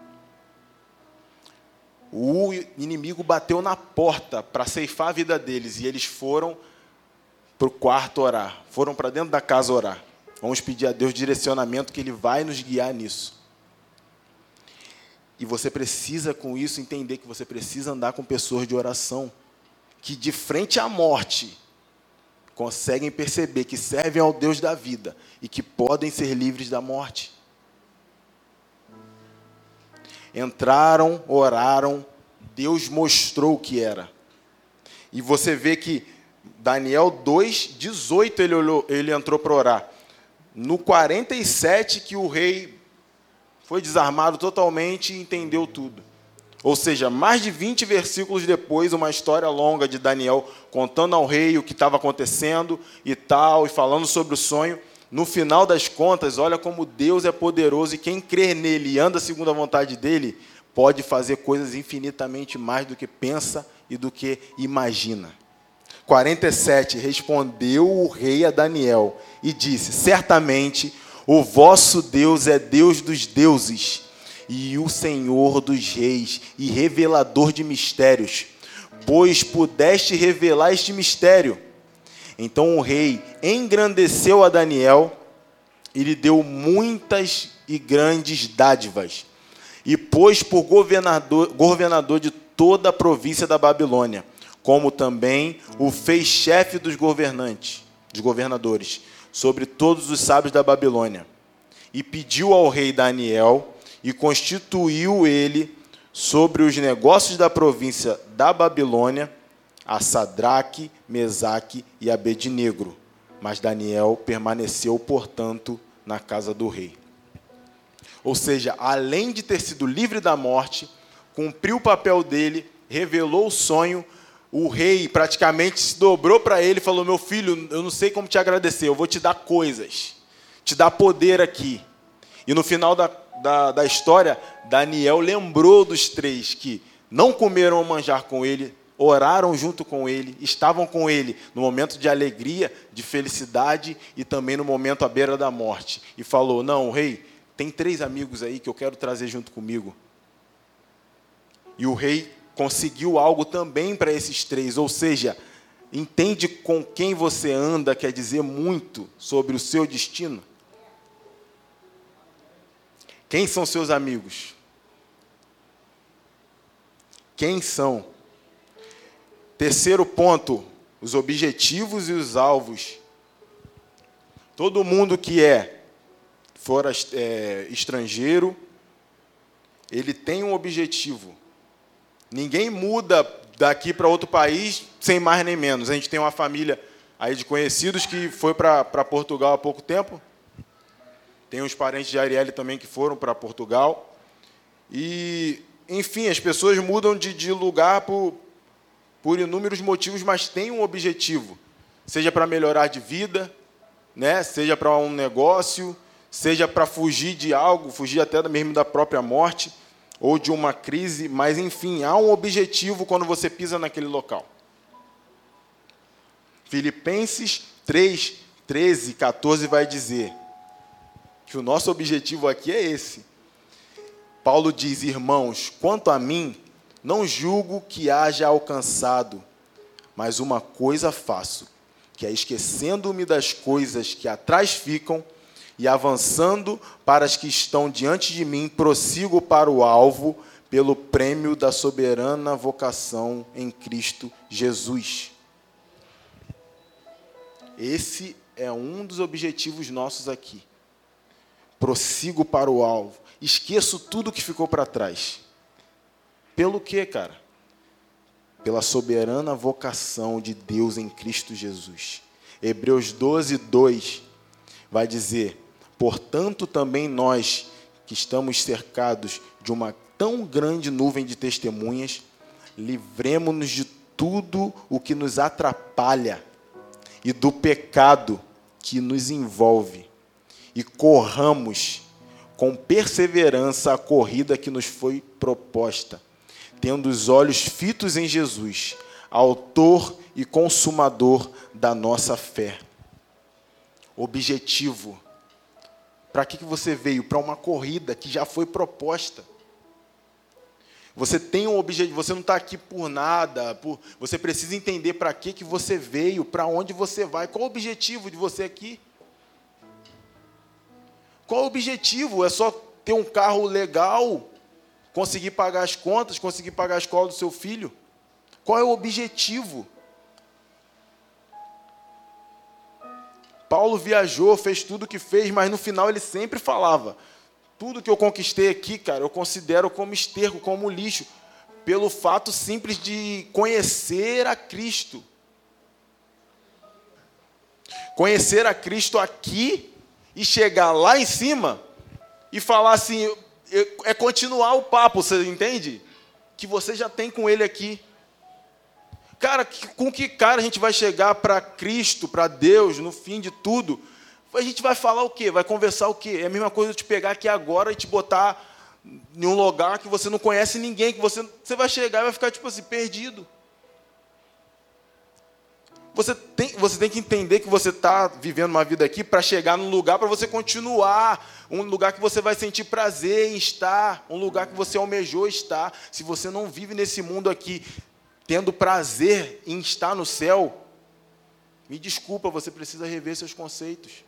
O inimigo bateu na porta para ceifar a vida deles, e eles foram para o quarto orar, foram para dentro da casa orar. Vamos pedir a Deus direcionamento, que Ele vai nos guiar nisso. E você precisa, com isso, entender que você precisa andar com pessoas de oração, que de frente à morte, conseguem perceber que servem ao Deus da vida e que podem ser livres da morte. Entraram, oraram, Deus mostrou o que era. E você vê que Daniel 2:18 ele entrou para orar. No 47 que o rei foi desarmado totalmente e entendeu tudo. Ou seja, mais de 20 versículos depois, uma história longa de Daniel contando ao rei o que estava acontecendo e tal, e falando sobre o sonho. No final das contas, olha como Deus é poderoso, e quem crê nele e anda segundo a vontade dele, pode fazer coisas infinitamente mais do que pensa e do que imagina. 47, respondeu o rei a Daniel e disse: certamente o vosso Deus é Deus dos deuses e o Senhor dos reis e revelador de mistérios, pois pudeste revelar este mistério. Então o rei engrandeceu a Daniel e lhe deu muitas e grandes dádivas, e pôs por governador de toda a província da Babilônia, como também o fez chefe dos governadores, sobre todos os sábios da Babilônia. E pediu ao rei Daniel, e constituiu ele sobre os negócios da província da Babilônia, a Sadraque, Mesaque e Abednego. Mas Daniel permaneceu, portanto, na casa do rei. Ou seja, além de ter sido livre da morte, cumpriu o papel dele, revelou o sonho, o rei praticamente se dobrou para ele e falou: meu filho, eu não sei como te agradecer, eu vou te dar coisas, te dar poder aqui. E no final da história, Daniel lembrou dos 3 que não comeram o manjar com ele, oraram junto com ele, estavam com ele no momento de alegria, de felicidade e também no momento à beira da morte. E falou: não, rei, tem 3 amigos aí que eu quero trazer junto comigo. E o rei conseguiu algo também para esses 3, ou seja, entende com quem você anda quer dizer muito sobre o seu destino. Quem são seus amigos? Quem são? Terceiro ponto, os objetivos e os alvos. Todo mundo que for estrangeiro, ele tem um objetivo. Ninguém muda daqui para outro país sem mais nem menos. A gente tem uma família aí de conhecidos que foi para Portugal há pouco tempo. Tem uns parentes de Arielle também que foram para Portugal. E, enfim, as pessoas mudam de lugar por inúmeros motivos, mas tem um objetivo. Seja para melhorar de vida, né? Seja para um negócio, seja para fugir de algo, fugir até mesmo da própria morte, ou de uma crise, mas, enfim, há um objetivo quando você pisa naquele local. Filipenses 3, 13, 14 vai dizer que o nosso objetivo aqui é esse. Paulo diz: irmãos, quanto a mim, não julgo que haja alcançado, mas uma coisa faço, que é, esquecendo-me das coisas que atrás ficam e avançando para as que estão diante de mim, prossigo para o alvo, pelo prêmio da soberana vocação em Cristo Jesus. Esse é um dos objetivos nossos aqui. Prossigo para o alvo. Esqueço tudo que ficou para trás. Pelo quê, cara? Pela soberana vocação de Deus em Cristo Jesus. Hebreus 12, 2 vai dizer: portanto, também nós, que estamos cercados de uma tão grande nuvem de testemunhas, livremo-nos de tudo o que nos atrapalha e do pecado que nos envolve, e corramos com perseverança a corrida que nos foi proposta, tendo os olhos fitos em Jesus, autor e consumador da nossa fé. Objetivo. Para que você veio? Para uma corrida que já foi proposta. Você tem um objetivo, você não está aqui por nada, você precisa entender para que você veio, para onde você vai. Qual o objetivo de você aqui? Qual o objetivo? É só ter um carro legal, conseguir pagar as contas, conseguir pagar a escola do seu filho? Qual é o objetivo? Paulo viajou, fez tudo o que fez, mas no final ele sempre falava: tudo que eu conquistei aqui, cara, eu considero como esterco, como lixo, pelo fato simples de conhecer a Cristo. Conhecer a Cristo aqui e chegar lá em cima e falar assim, é continuar o papo, você entende? Que você já tem com ele aqui. Cara, com que cara a gente vai chegar para Cristo, para Deus, no fim de tudo? A gente vai falar o quê? Vai conversar o quê? É a mesma coisa eu te pegar aqui agora e te botar em um lugar que você não conhece ninguém, que você vai chegar e vai ficar tipo assim, perdido. Você tem que entender que você está vivendo uma vida aqui para chegar num lugar para você continuar, um lugar que você vai sentir prazer em estar, um lugar que você almejou estar. Se você não vive nesse mundo aqui tendo prazer em estar no céu, me desculpa, você precisa rever seus conceitos.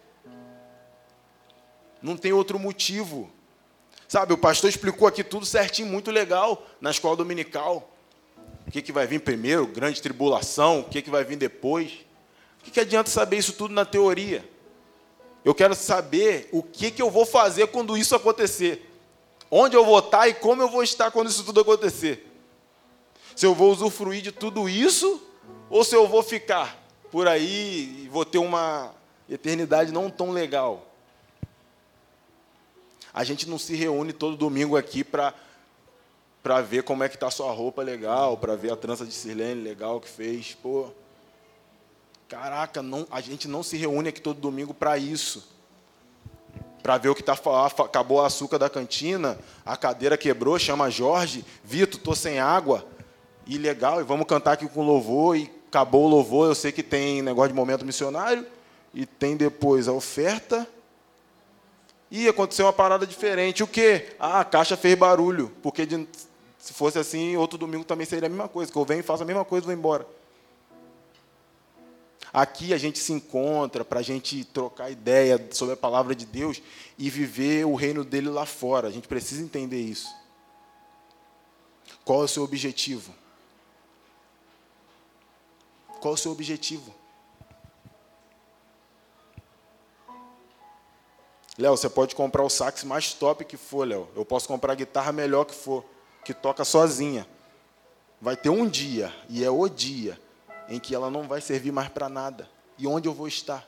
Não tem outro motivo. Sabe, o pastor explicou aqui tudo certinho, muito legal, na escola dominical. O que vai vir primeiro, grande tribulação, o que vai vir depois. O que adianta saber isso tudo na teoria? Eu quero saber o que eu vou fazer quando isso acontecer. Onde eu vou estar e como eu vou estar quando isso tudo acontecer. Se eu vou usufruir de tudo isso, ou se eu vou ficar por aí e vou ter uma eternidade não tão legal. A gente não se reúne todo domingo aqui para ver como é que está a sua roupa legal, para ver a trança de Sirlene legal que fez. Pô, caraca, a gente não se reúne aqui todo domingo para isso. Para ver o que está falando. Acabou o açúcar da cantina, a cadeira quebrou, chama Jorge, Vitor, estou sem água. E legal, e vamos cantar aqui com louvor, e acabou o louvor, eu sei que tem negócio de momento missionário, e tem depois a oferta, e aconteceu uma parada diferente. O quê? A caixa fez barulho, porque se fosse assim, outro domingo também seria a mesma coisa, que eu venho e faço a mesma coisa e vou embora. Aqui a gente se encontra para a gente trocar ideia sobre a palavra de Deus e viver o reino dele lá fora. A gente precisa entender isso. Qual é o seu objetivo? Qual é o seu objetivo? Léo, você pode comprar o sax mais top que for, Léo. Eu posso comprar a guitarra melhor que for, que toca sozinha. Vai ter um dia, e é o dia, em que ela não vai servir mais para nada. E onde eu vou estar?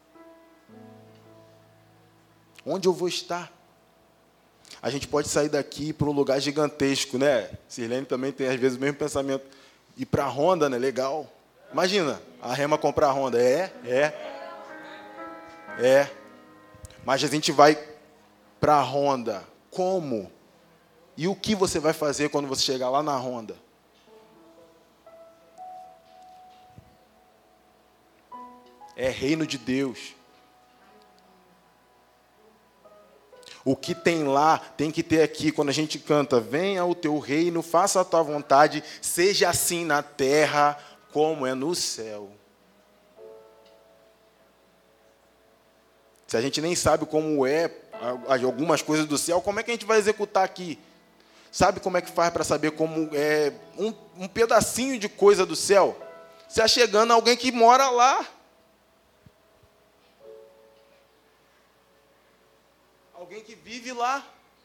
Onde eu vou estar? A gente pode sair daqui para um lugar gigantesco, né? Sirlene também tem, às vezes, o mesmo pensamento. Ir para a Honda, né? Legal. Imagina, a Rema comprar a Honda. Mas a gente vai para a Honda. Como? E o que você vai fazer quando você chegar lá na Honda? É reino de Deus. O que tem lá, tem que ter aqui. Quando a gente canta, venha o teu reino, faça a tua vontade, seja assim na terra como é no céu. Se a gente nem sabe como é algumas coisas do céu, como é que a gente vai executar aqui? Sabe como é que faz para saber como é um pedacinho de coisa do céu? Você chegando a alguém que mora lá. Alguém que vive lá.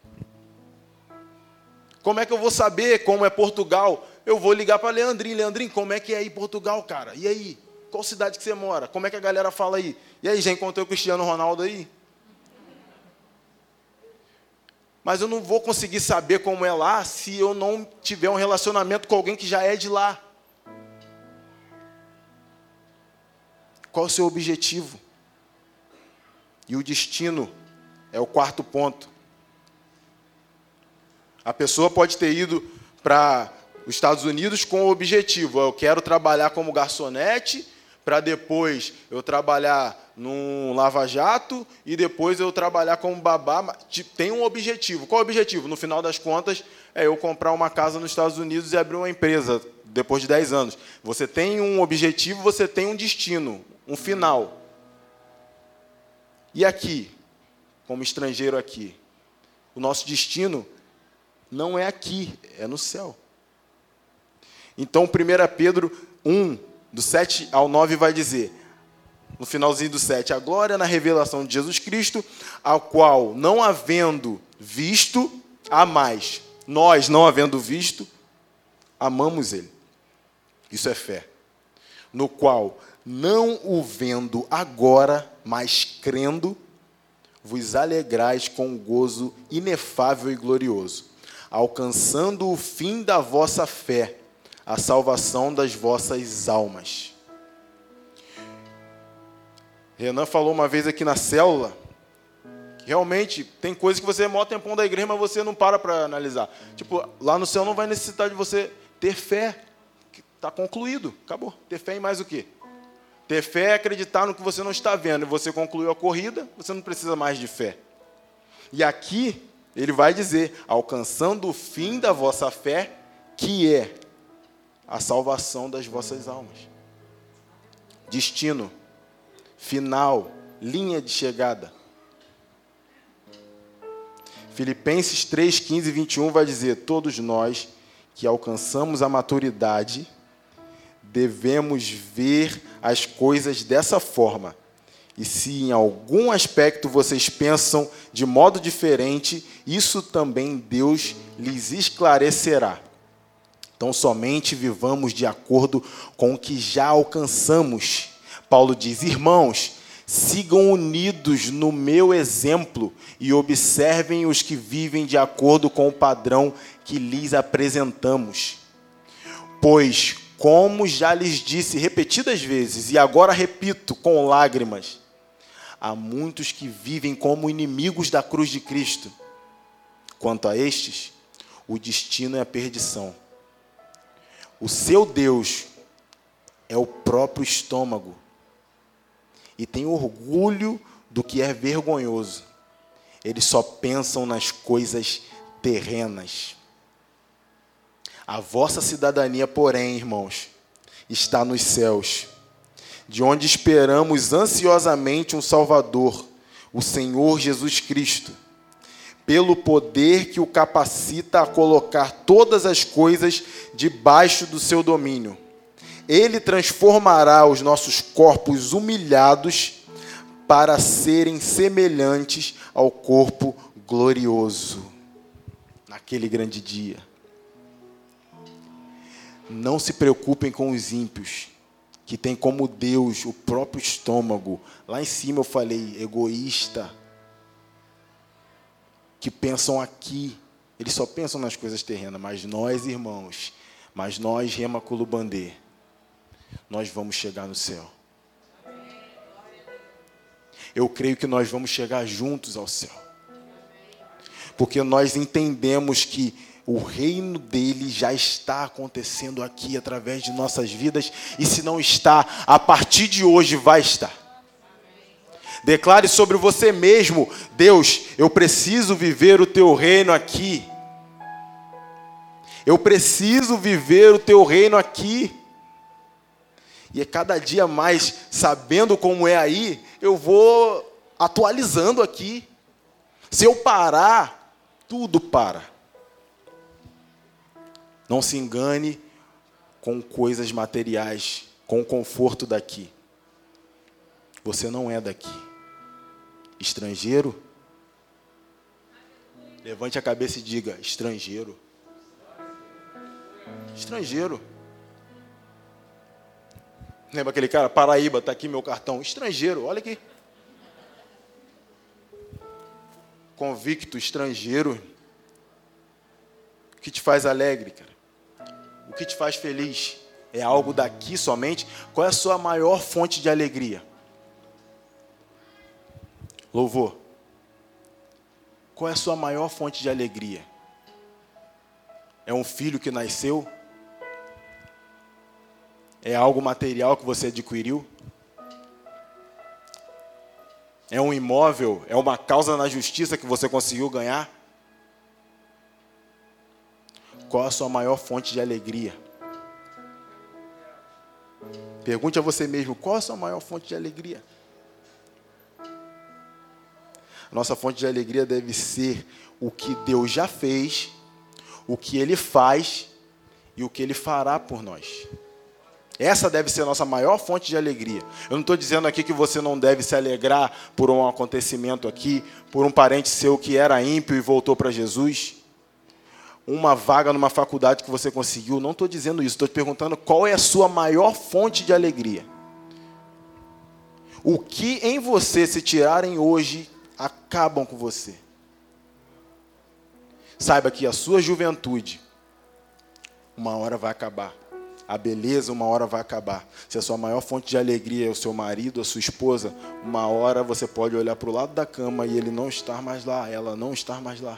Como é que eu vou saber como é Portugal? Eu vou ligar para Leandrinho. Leandrinho, como é que é aí Portugal, cara? E aí? Qual cidade que você mora? Como é que a galera fala aí? E aí, já encontrou o Cristiano Ronaldo aí? Mas eu não vou conseguir saber como é lá se eu não tiver um relacionamento com alguém que já é de lá. Qual é o seu objetivo? E o destino é o quarto ponto. A pessoa pode ter ido para os Estados Unidos com o objetivo: eu quero trabalhar como garçonete, para depois eu trabalhar num lava-jato e depois eu trabalhar como babá. Tem um objetivo. Qual é o objetivo? No final das contas, é eu comprar uma casa nos Estados Unidos e abrir uma empresa depois de 10 anos. Você tem um objetivo, você tem um destino, um final. E aqui, como estrangeiro aqui, o nosso destino não é aqui, é no céu. Então, 1 Pedro 1, do 7 ao 9, vai dizer, no finalzinho do 7, a glória na revelação de Jesus Cristo, a qual, não havendo visto, há mais. Nós, não havendo visto, amamos Ele. Isso é fé. No qual, não o vendo agora, mas crendo, vos alegrais com gozo inefável e glorioso, alcançando o fim da vossa fé, a salvação das vossas almas. Renan falou uma vez aqui na célula, que realmente tem coisas que você é maior tempão da igreja, mas você não para analisar. Tipo, lá no céu não vai necessitar de você ter fé. Está concluído, acabou. Ter fé em mais o quê? Ter fé é acreditar no que você não está vendo. E você concluiu a corrida, você não precisa mais de fé. E aqui, ele vai dizer, alcançando o fim da vossa fé, que é a salvação das vossas almas. Destino, final, linha de chegada. Filipenses 3, 15 e 21 vai dizer, todos nós que alcançamos a maturidade, devemos ver as coisas dessa forma. E se em algum aspecto vocês pensam de modo diferente, isso também Deus lhes esclarecerá. Então, somente vivamos de acordo com o que já alcançamos. Paulo diz, irmãos, sigam unidos no meu exemplo e observem os que vivem de acordo com o padrão que lhes apresentamos. Pois, como já lhes disse repetidas vezes, e agora repito com lágrimas, há muitos que vivem como inimigos da cruz de Cristo. Quanto a estes, o destino é a perdição. O seu Deus é o próprio estômago e tem orgulho do que é vergonhoso. Eles só pensam nas coisas terrenas. A vossa cidadania, porém, irmãos, está nos céus, de onde esperamos ansiosamente um Salvador, o Senhor Jesus Cristo, pelo poder que o capacita a colocar todas as coisas debaixo do seu domínio. Ele transformará os nossos corpos humilhados para serem semelhantes ao corpo glorioso, naquele grande dia. Não se preocupem com os ímpios, que têm como Deus o próprio estômago. Lá em cima eu falei, egoísta, que pensam aqui, eles só pensam nas coisas terrenas, mas nós, irmãos, Rema Culubandê, nós vamos chegar no céu. Eu creio que nós vamos chegar juntos ao céu, porque nós entendemos que o reino dele já está acontecendo aqui através de nossas vidas, e se não está, a partir de hoje vai estar. Declare sobre você mesmo, Deus, eu preciso viver o teu reino aqui. Eu preciso viver o teu reino aqui. E cada dia mais, sabendo como é aí, eu vou atualizando aqui. Se eu parar, tudo para. Não se engane com coisas materiais, com o conforto daqui. Você não é daqui. Estrangeiro? Levante a cabeça e diga: estrangeiro. Estrangeiro. Lembra aquele cara? Paraíba, está aqui meu cartão. Estrangeiro, olha aqui. Convicto, estrangeiro. O que te faz alegre, cara? O que te faz feliz? É algo daqui somente? Qual é a sua maior fonte de alegria? Louvor. Qual é a sua maior fonte de alegria? É um filho que nasceu? É algo material que você adquiriu? É um imóvel? É uma causa na justiça que você conseguiu ganhar? Qual a sua maior fonte de alegria? Pergunte a você mesmo, qual a sua maior fonte de alegria? Nossa fonte de alegria deve ser o que Deus já fez, o que Ele faz e o que Ele fará por nós. Essa deve ser a nossa maior fonte de alegria. Eu não estou dizendo aqui que você não deve se alegrar por um acontecimento aqui, por um parente seu que era ímpio e voltou para Jesus, uma vaga numa faculdade que você conseguiu. Não estou dizendo isso, estou te perguntando qual é a sua maior fonte de alegria. O que em você, se tirarem hoje, acabam com você. Saiba que a sua juventude, uma hora vai acabar. A beleza, uma hora vai acabar. Se a sua maior fonte de alegria é o seu marido, a sua esposa, uma hora você pode olhar para o lado da cama e ele não estar mais lá, ela não estar mais lá.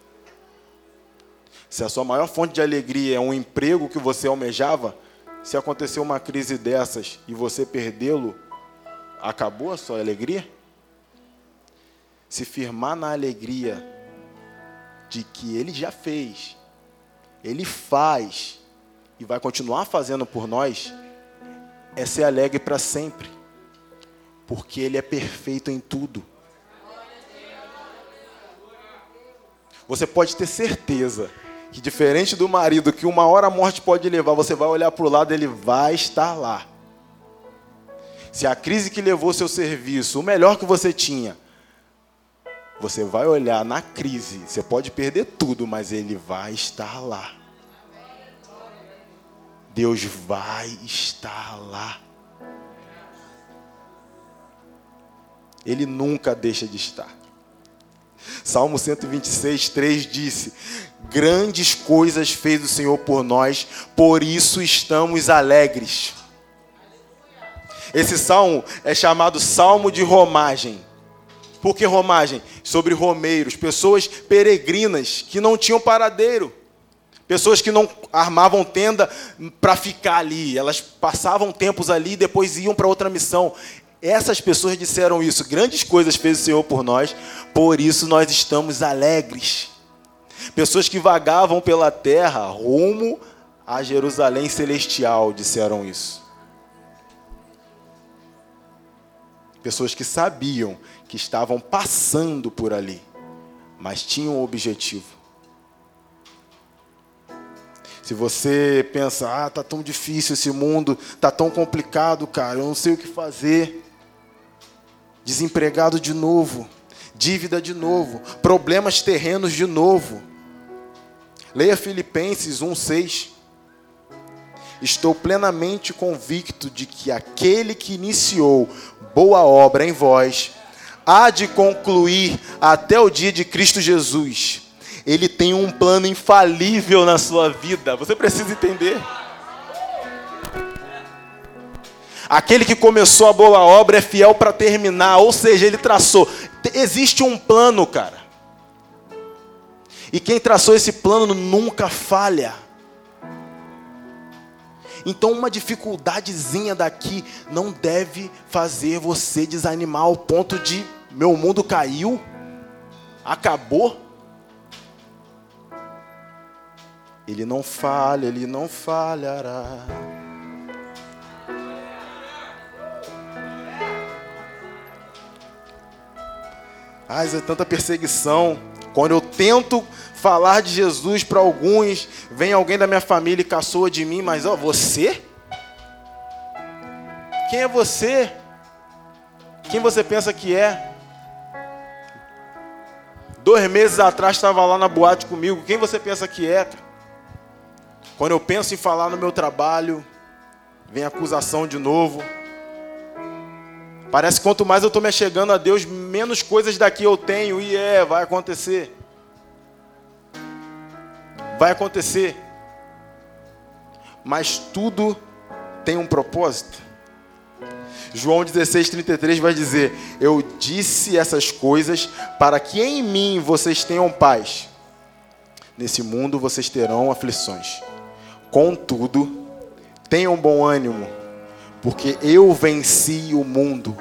Se a sua maior fonte de alegria é um emprego que você almejava, se acontecer uma crise dessas e você perdê-lo, acabou a sua alegria? Se firmar na alegria de que Ele já fez, Ele faz e vai continuar fazendo por nós, é ser alegre para sempre, porque Ele é perfeito em tudo. Você pode ter certeza que, diferente do marido, que uma hora a morte pode levar, você vai olhar para o lado, ele vai estar lá. Se a crise que levou seu serviço, o melhor que você tinha, você vai olhar na crise, você pode perder tudo, mas ele vai estar lá. Deus vai estar lá. Ele nunca deixa de estar. Salmo 126, 3 disse: grandes coisas fez o Senhor por nós, por isso estamos alegres. Esse salmo é chamado Salmo de Romagem. Por que romagem? Sobre romeiros, pessoas peregrinas que não tinham paradeiro. Pessoas que não armavam tenda para ficar ali. Elas passavam tempos ali e depois iam para outra missão. Essas pessoas disseram isso: grandes coisas fez o Senhor por nós, por isso nós estamos alegres. Pessoas que vagavam pela terra rumo a Jerusalém celestial disseram isso. Pessoas que sabiam que estavam passando por ali, mas tinham um objetivo. Se você pensa, tá tão difícil esse mundo, tá tão complicado, cara, eu não sei o que fazer. Desempregado de novo, dívida de novo, problemas terrenos de novo. Leia Filipenses 1:6. Estou plenamente convicto de que aquele que iniciou boa obra em vós há de concluir até o dia de Cristo Jesus. Ele tem um plano infalível na sua vida. Você precisa entender. Aquele que começou a boa obra é fiel para terminar. Ou seja, ele traçou. Existe um plano, cara. E quem traçou esse plano nunca falha. Então uma dificuldadezinha daqui não deve fazer você desanimar ao ponto de: meu mundo caiu, acabou. Ele não falha, ele não falhará. Ai, é tanta perseguição. Quando eu tento falar de Jesus para alguns, vem alguém da minha família e caçoa de mim, mas você? Quem é você? Quem você pensa que é? 2 meses atrás estava lá na boate comigo. Quem você pensa que é? Quando eu penso em falar no meu trabalho, vem acusação de novo. Parece que quanto mais eu estou me achegando a Deus, menos coisas daqui eu tenho. E vai acontecer. Vai acontecer. Mas tudo tem um propósito. João 16:33 vai dizer: eu disse essas coisas para que em mim vocês tenham paz. Nesse mundo vocês terão aflições. Contudo, tenham bom ânimo, porque eu venci o mundo.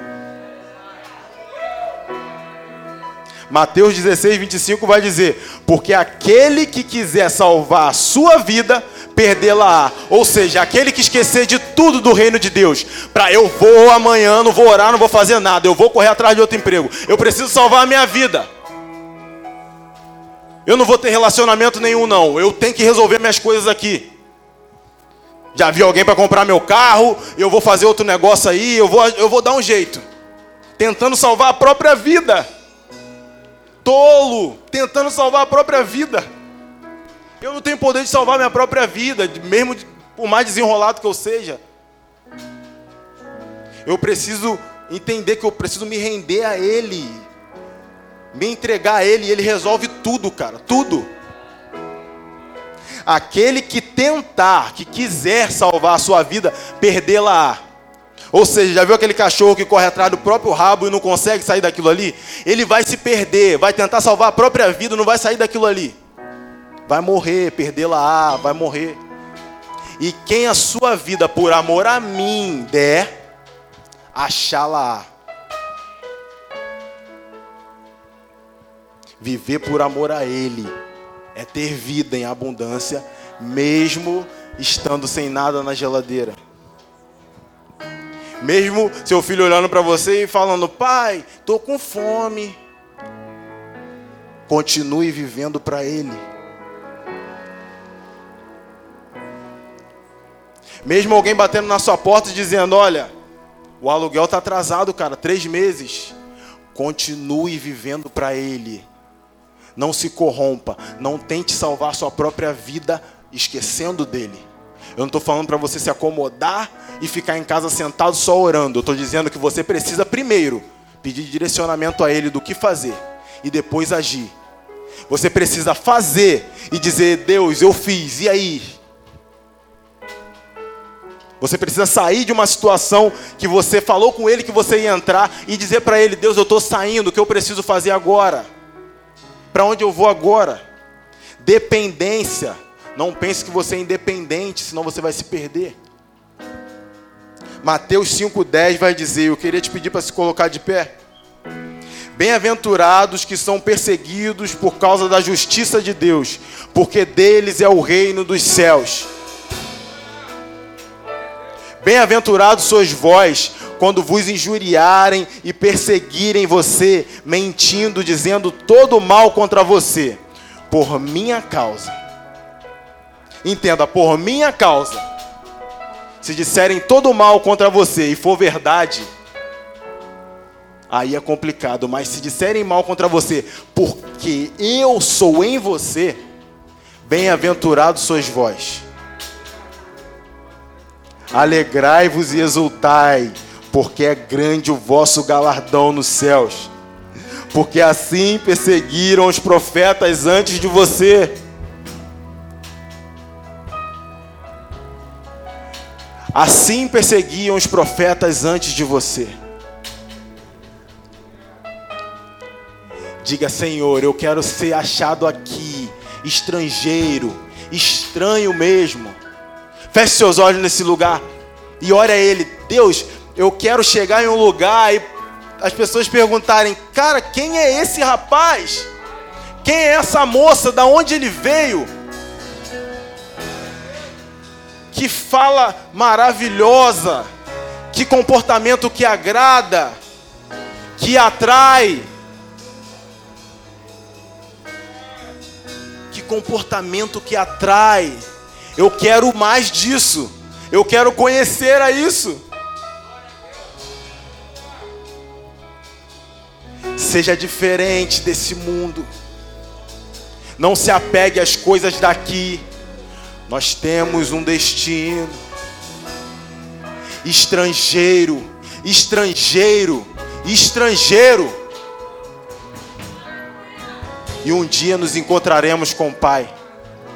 Mateus 16:25 vai dizer: porque aquele que quiser salvar a sua vida, perdê-la-á. Ou seja, aquele que esquecer de tudo do reino de Deus, eu vou amanhã, não vou orar, não vou fazer nada, eu vou correr atrás de outro emprego, eu preciso salvar a minha vida, eu não vou ter relacionamento nenhum não, eu tenho que resolver minhas coisas aqui. Já vi alguém para comprar meu carro, eu vou fazer outro negócio aí, eu vou dar um jeito, tentando salvar a própria vida. Tolo, tentando salvar a própria vida. Eu não tenho poder de salvar minha própria vida, mesmo por mais desenrolado que eu seja. Eu preciso entender que eu preciso me render a Ele, me entregar a Ele, e Ele resolve tudo, cara, tudo. Aquele que tentar, que quiser salvar a sua vida, perdê-la-á. Ou seja, já viu aquele cachorro que corre atrás do próprio rabo e não consegue sair daquilo ali? Ele vai se perder, vai tentar salvar a própria vida, não vai sair daquilo ali. Vai morrer, perdê-la-á, vai morrer. E quem a sua vida por amor a mim der, achá-la-á. Viver por amor a Ele é ter vida em abundância, mesmo estando sem nada na geladeira. Mesmo seu filho olhando para você e falando: pai, estou com fome. Continue vivendo para Ele. Mesmo alguém batendo na sua porta e dizendo: olha, o aluguel está atrasado, cara, 3 meses. Continue vivendo para Ele. Não se corrompa. Não tente salvar sua própria vida esquecendo dele. Eu não estou falando para você se acomodar e ficar em casa sentado só orando. Eu estou dizendo que você precisa primeiro pedir direcionamento a Ele do que fazer e depois agir. Você precisa fazer e dizer: Deus, eu fiz, e aí? Você precisa sair de uma situação que você falou com Ele que você ia entrar e dizer para Ele: Deus, eu estou saindo, o que eu preciso fazer agora? Para onde eu vou agora? Dependência. Não pense que você é independente, senão você vai se perder. Mateus 5,10 vai dizer, eu queria te pedir para se colocar de pé. Bem-aventurados que são perseguidos por causa da justiça de Deus, porque deles é o reino dos céus. Bem-aventurados sois vós, quando vos injuriarem e perseguirem você, mentindo, dizendo todo mal contra você, por minha causa. Entenda, por minha causa. Se disserem todo mal contra você e for verdade, aí é complicado. Mas se disserem mal contra você, porque eu sou em você, bem-aventurados sois vós. Alegrai-vos e exultai, porque é grande o vosso galardão nos céus. Porque assim perseguiram os profetas antes de você. Assim perseguiam os profetas antes de você. Diga: Senhor, eu quero ser achado aqui, estrangeiro, estranho mesmo. Feche seus olhos nesse lugar e ore a Ele. Deus, eu quero chegar em um lugar e as pessoas perguntarem: cara, quem é esse rapaz? Quem é essa moça? Da onde ele veio? Que fala maravilhosa, que comportamento que agrada, que atrai. Que comportamento que atrai. Eu quero mais disso. Eu quero conhecer a isso. Seja diferente desse mundo. Não se apegue às coisas daqui. Nós temos um destino. Estrangeiro, estrangeiro, estrangeiro. E um dia nos encontraremos com o Pai.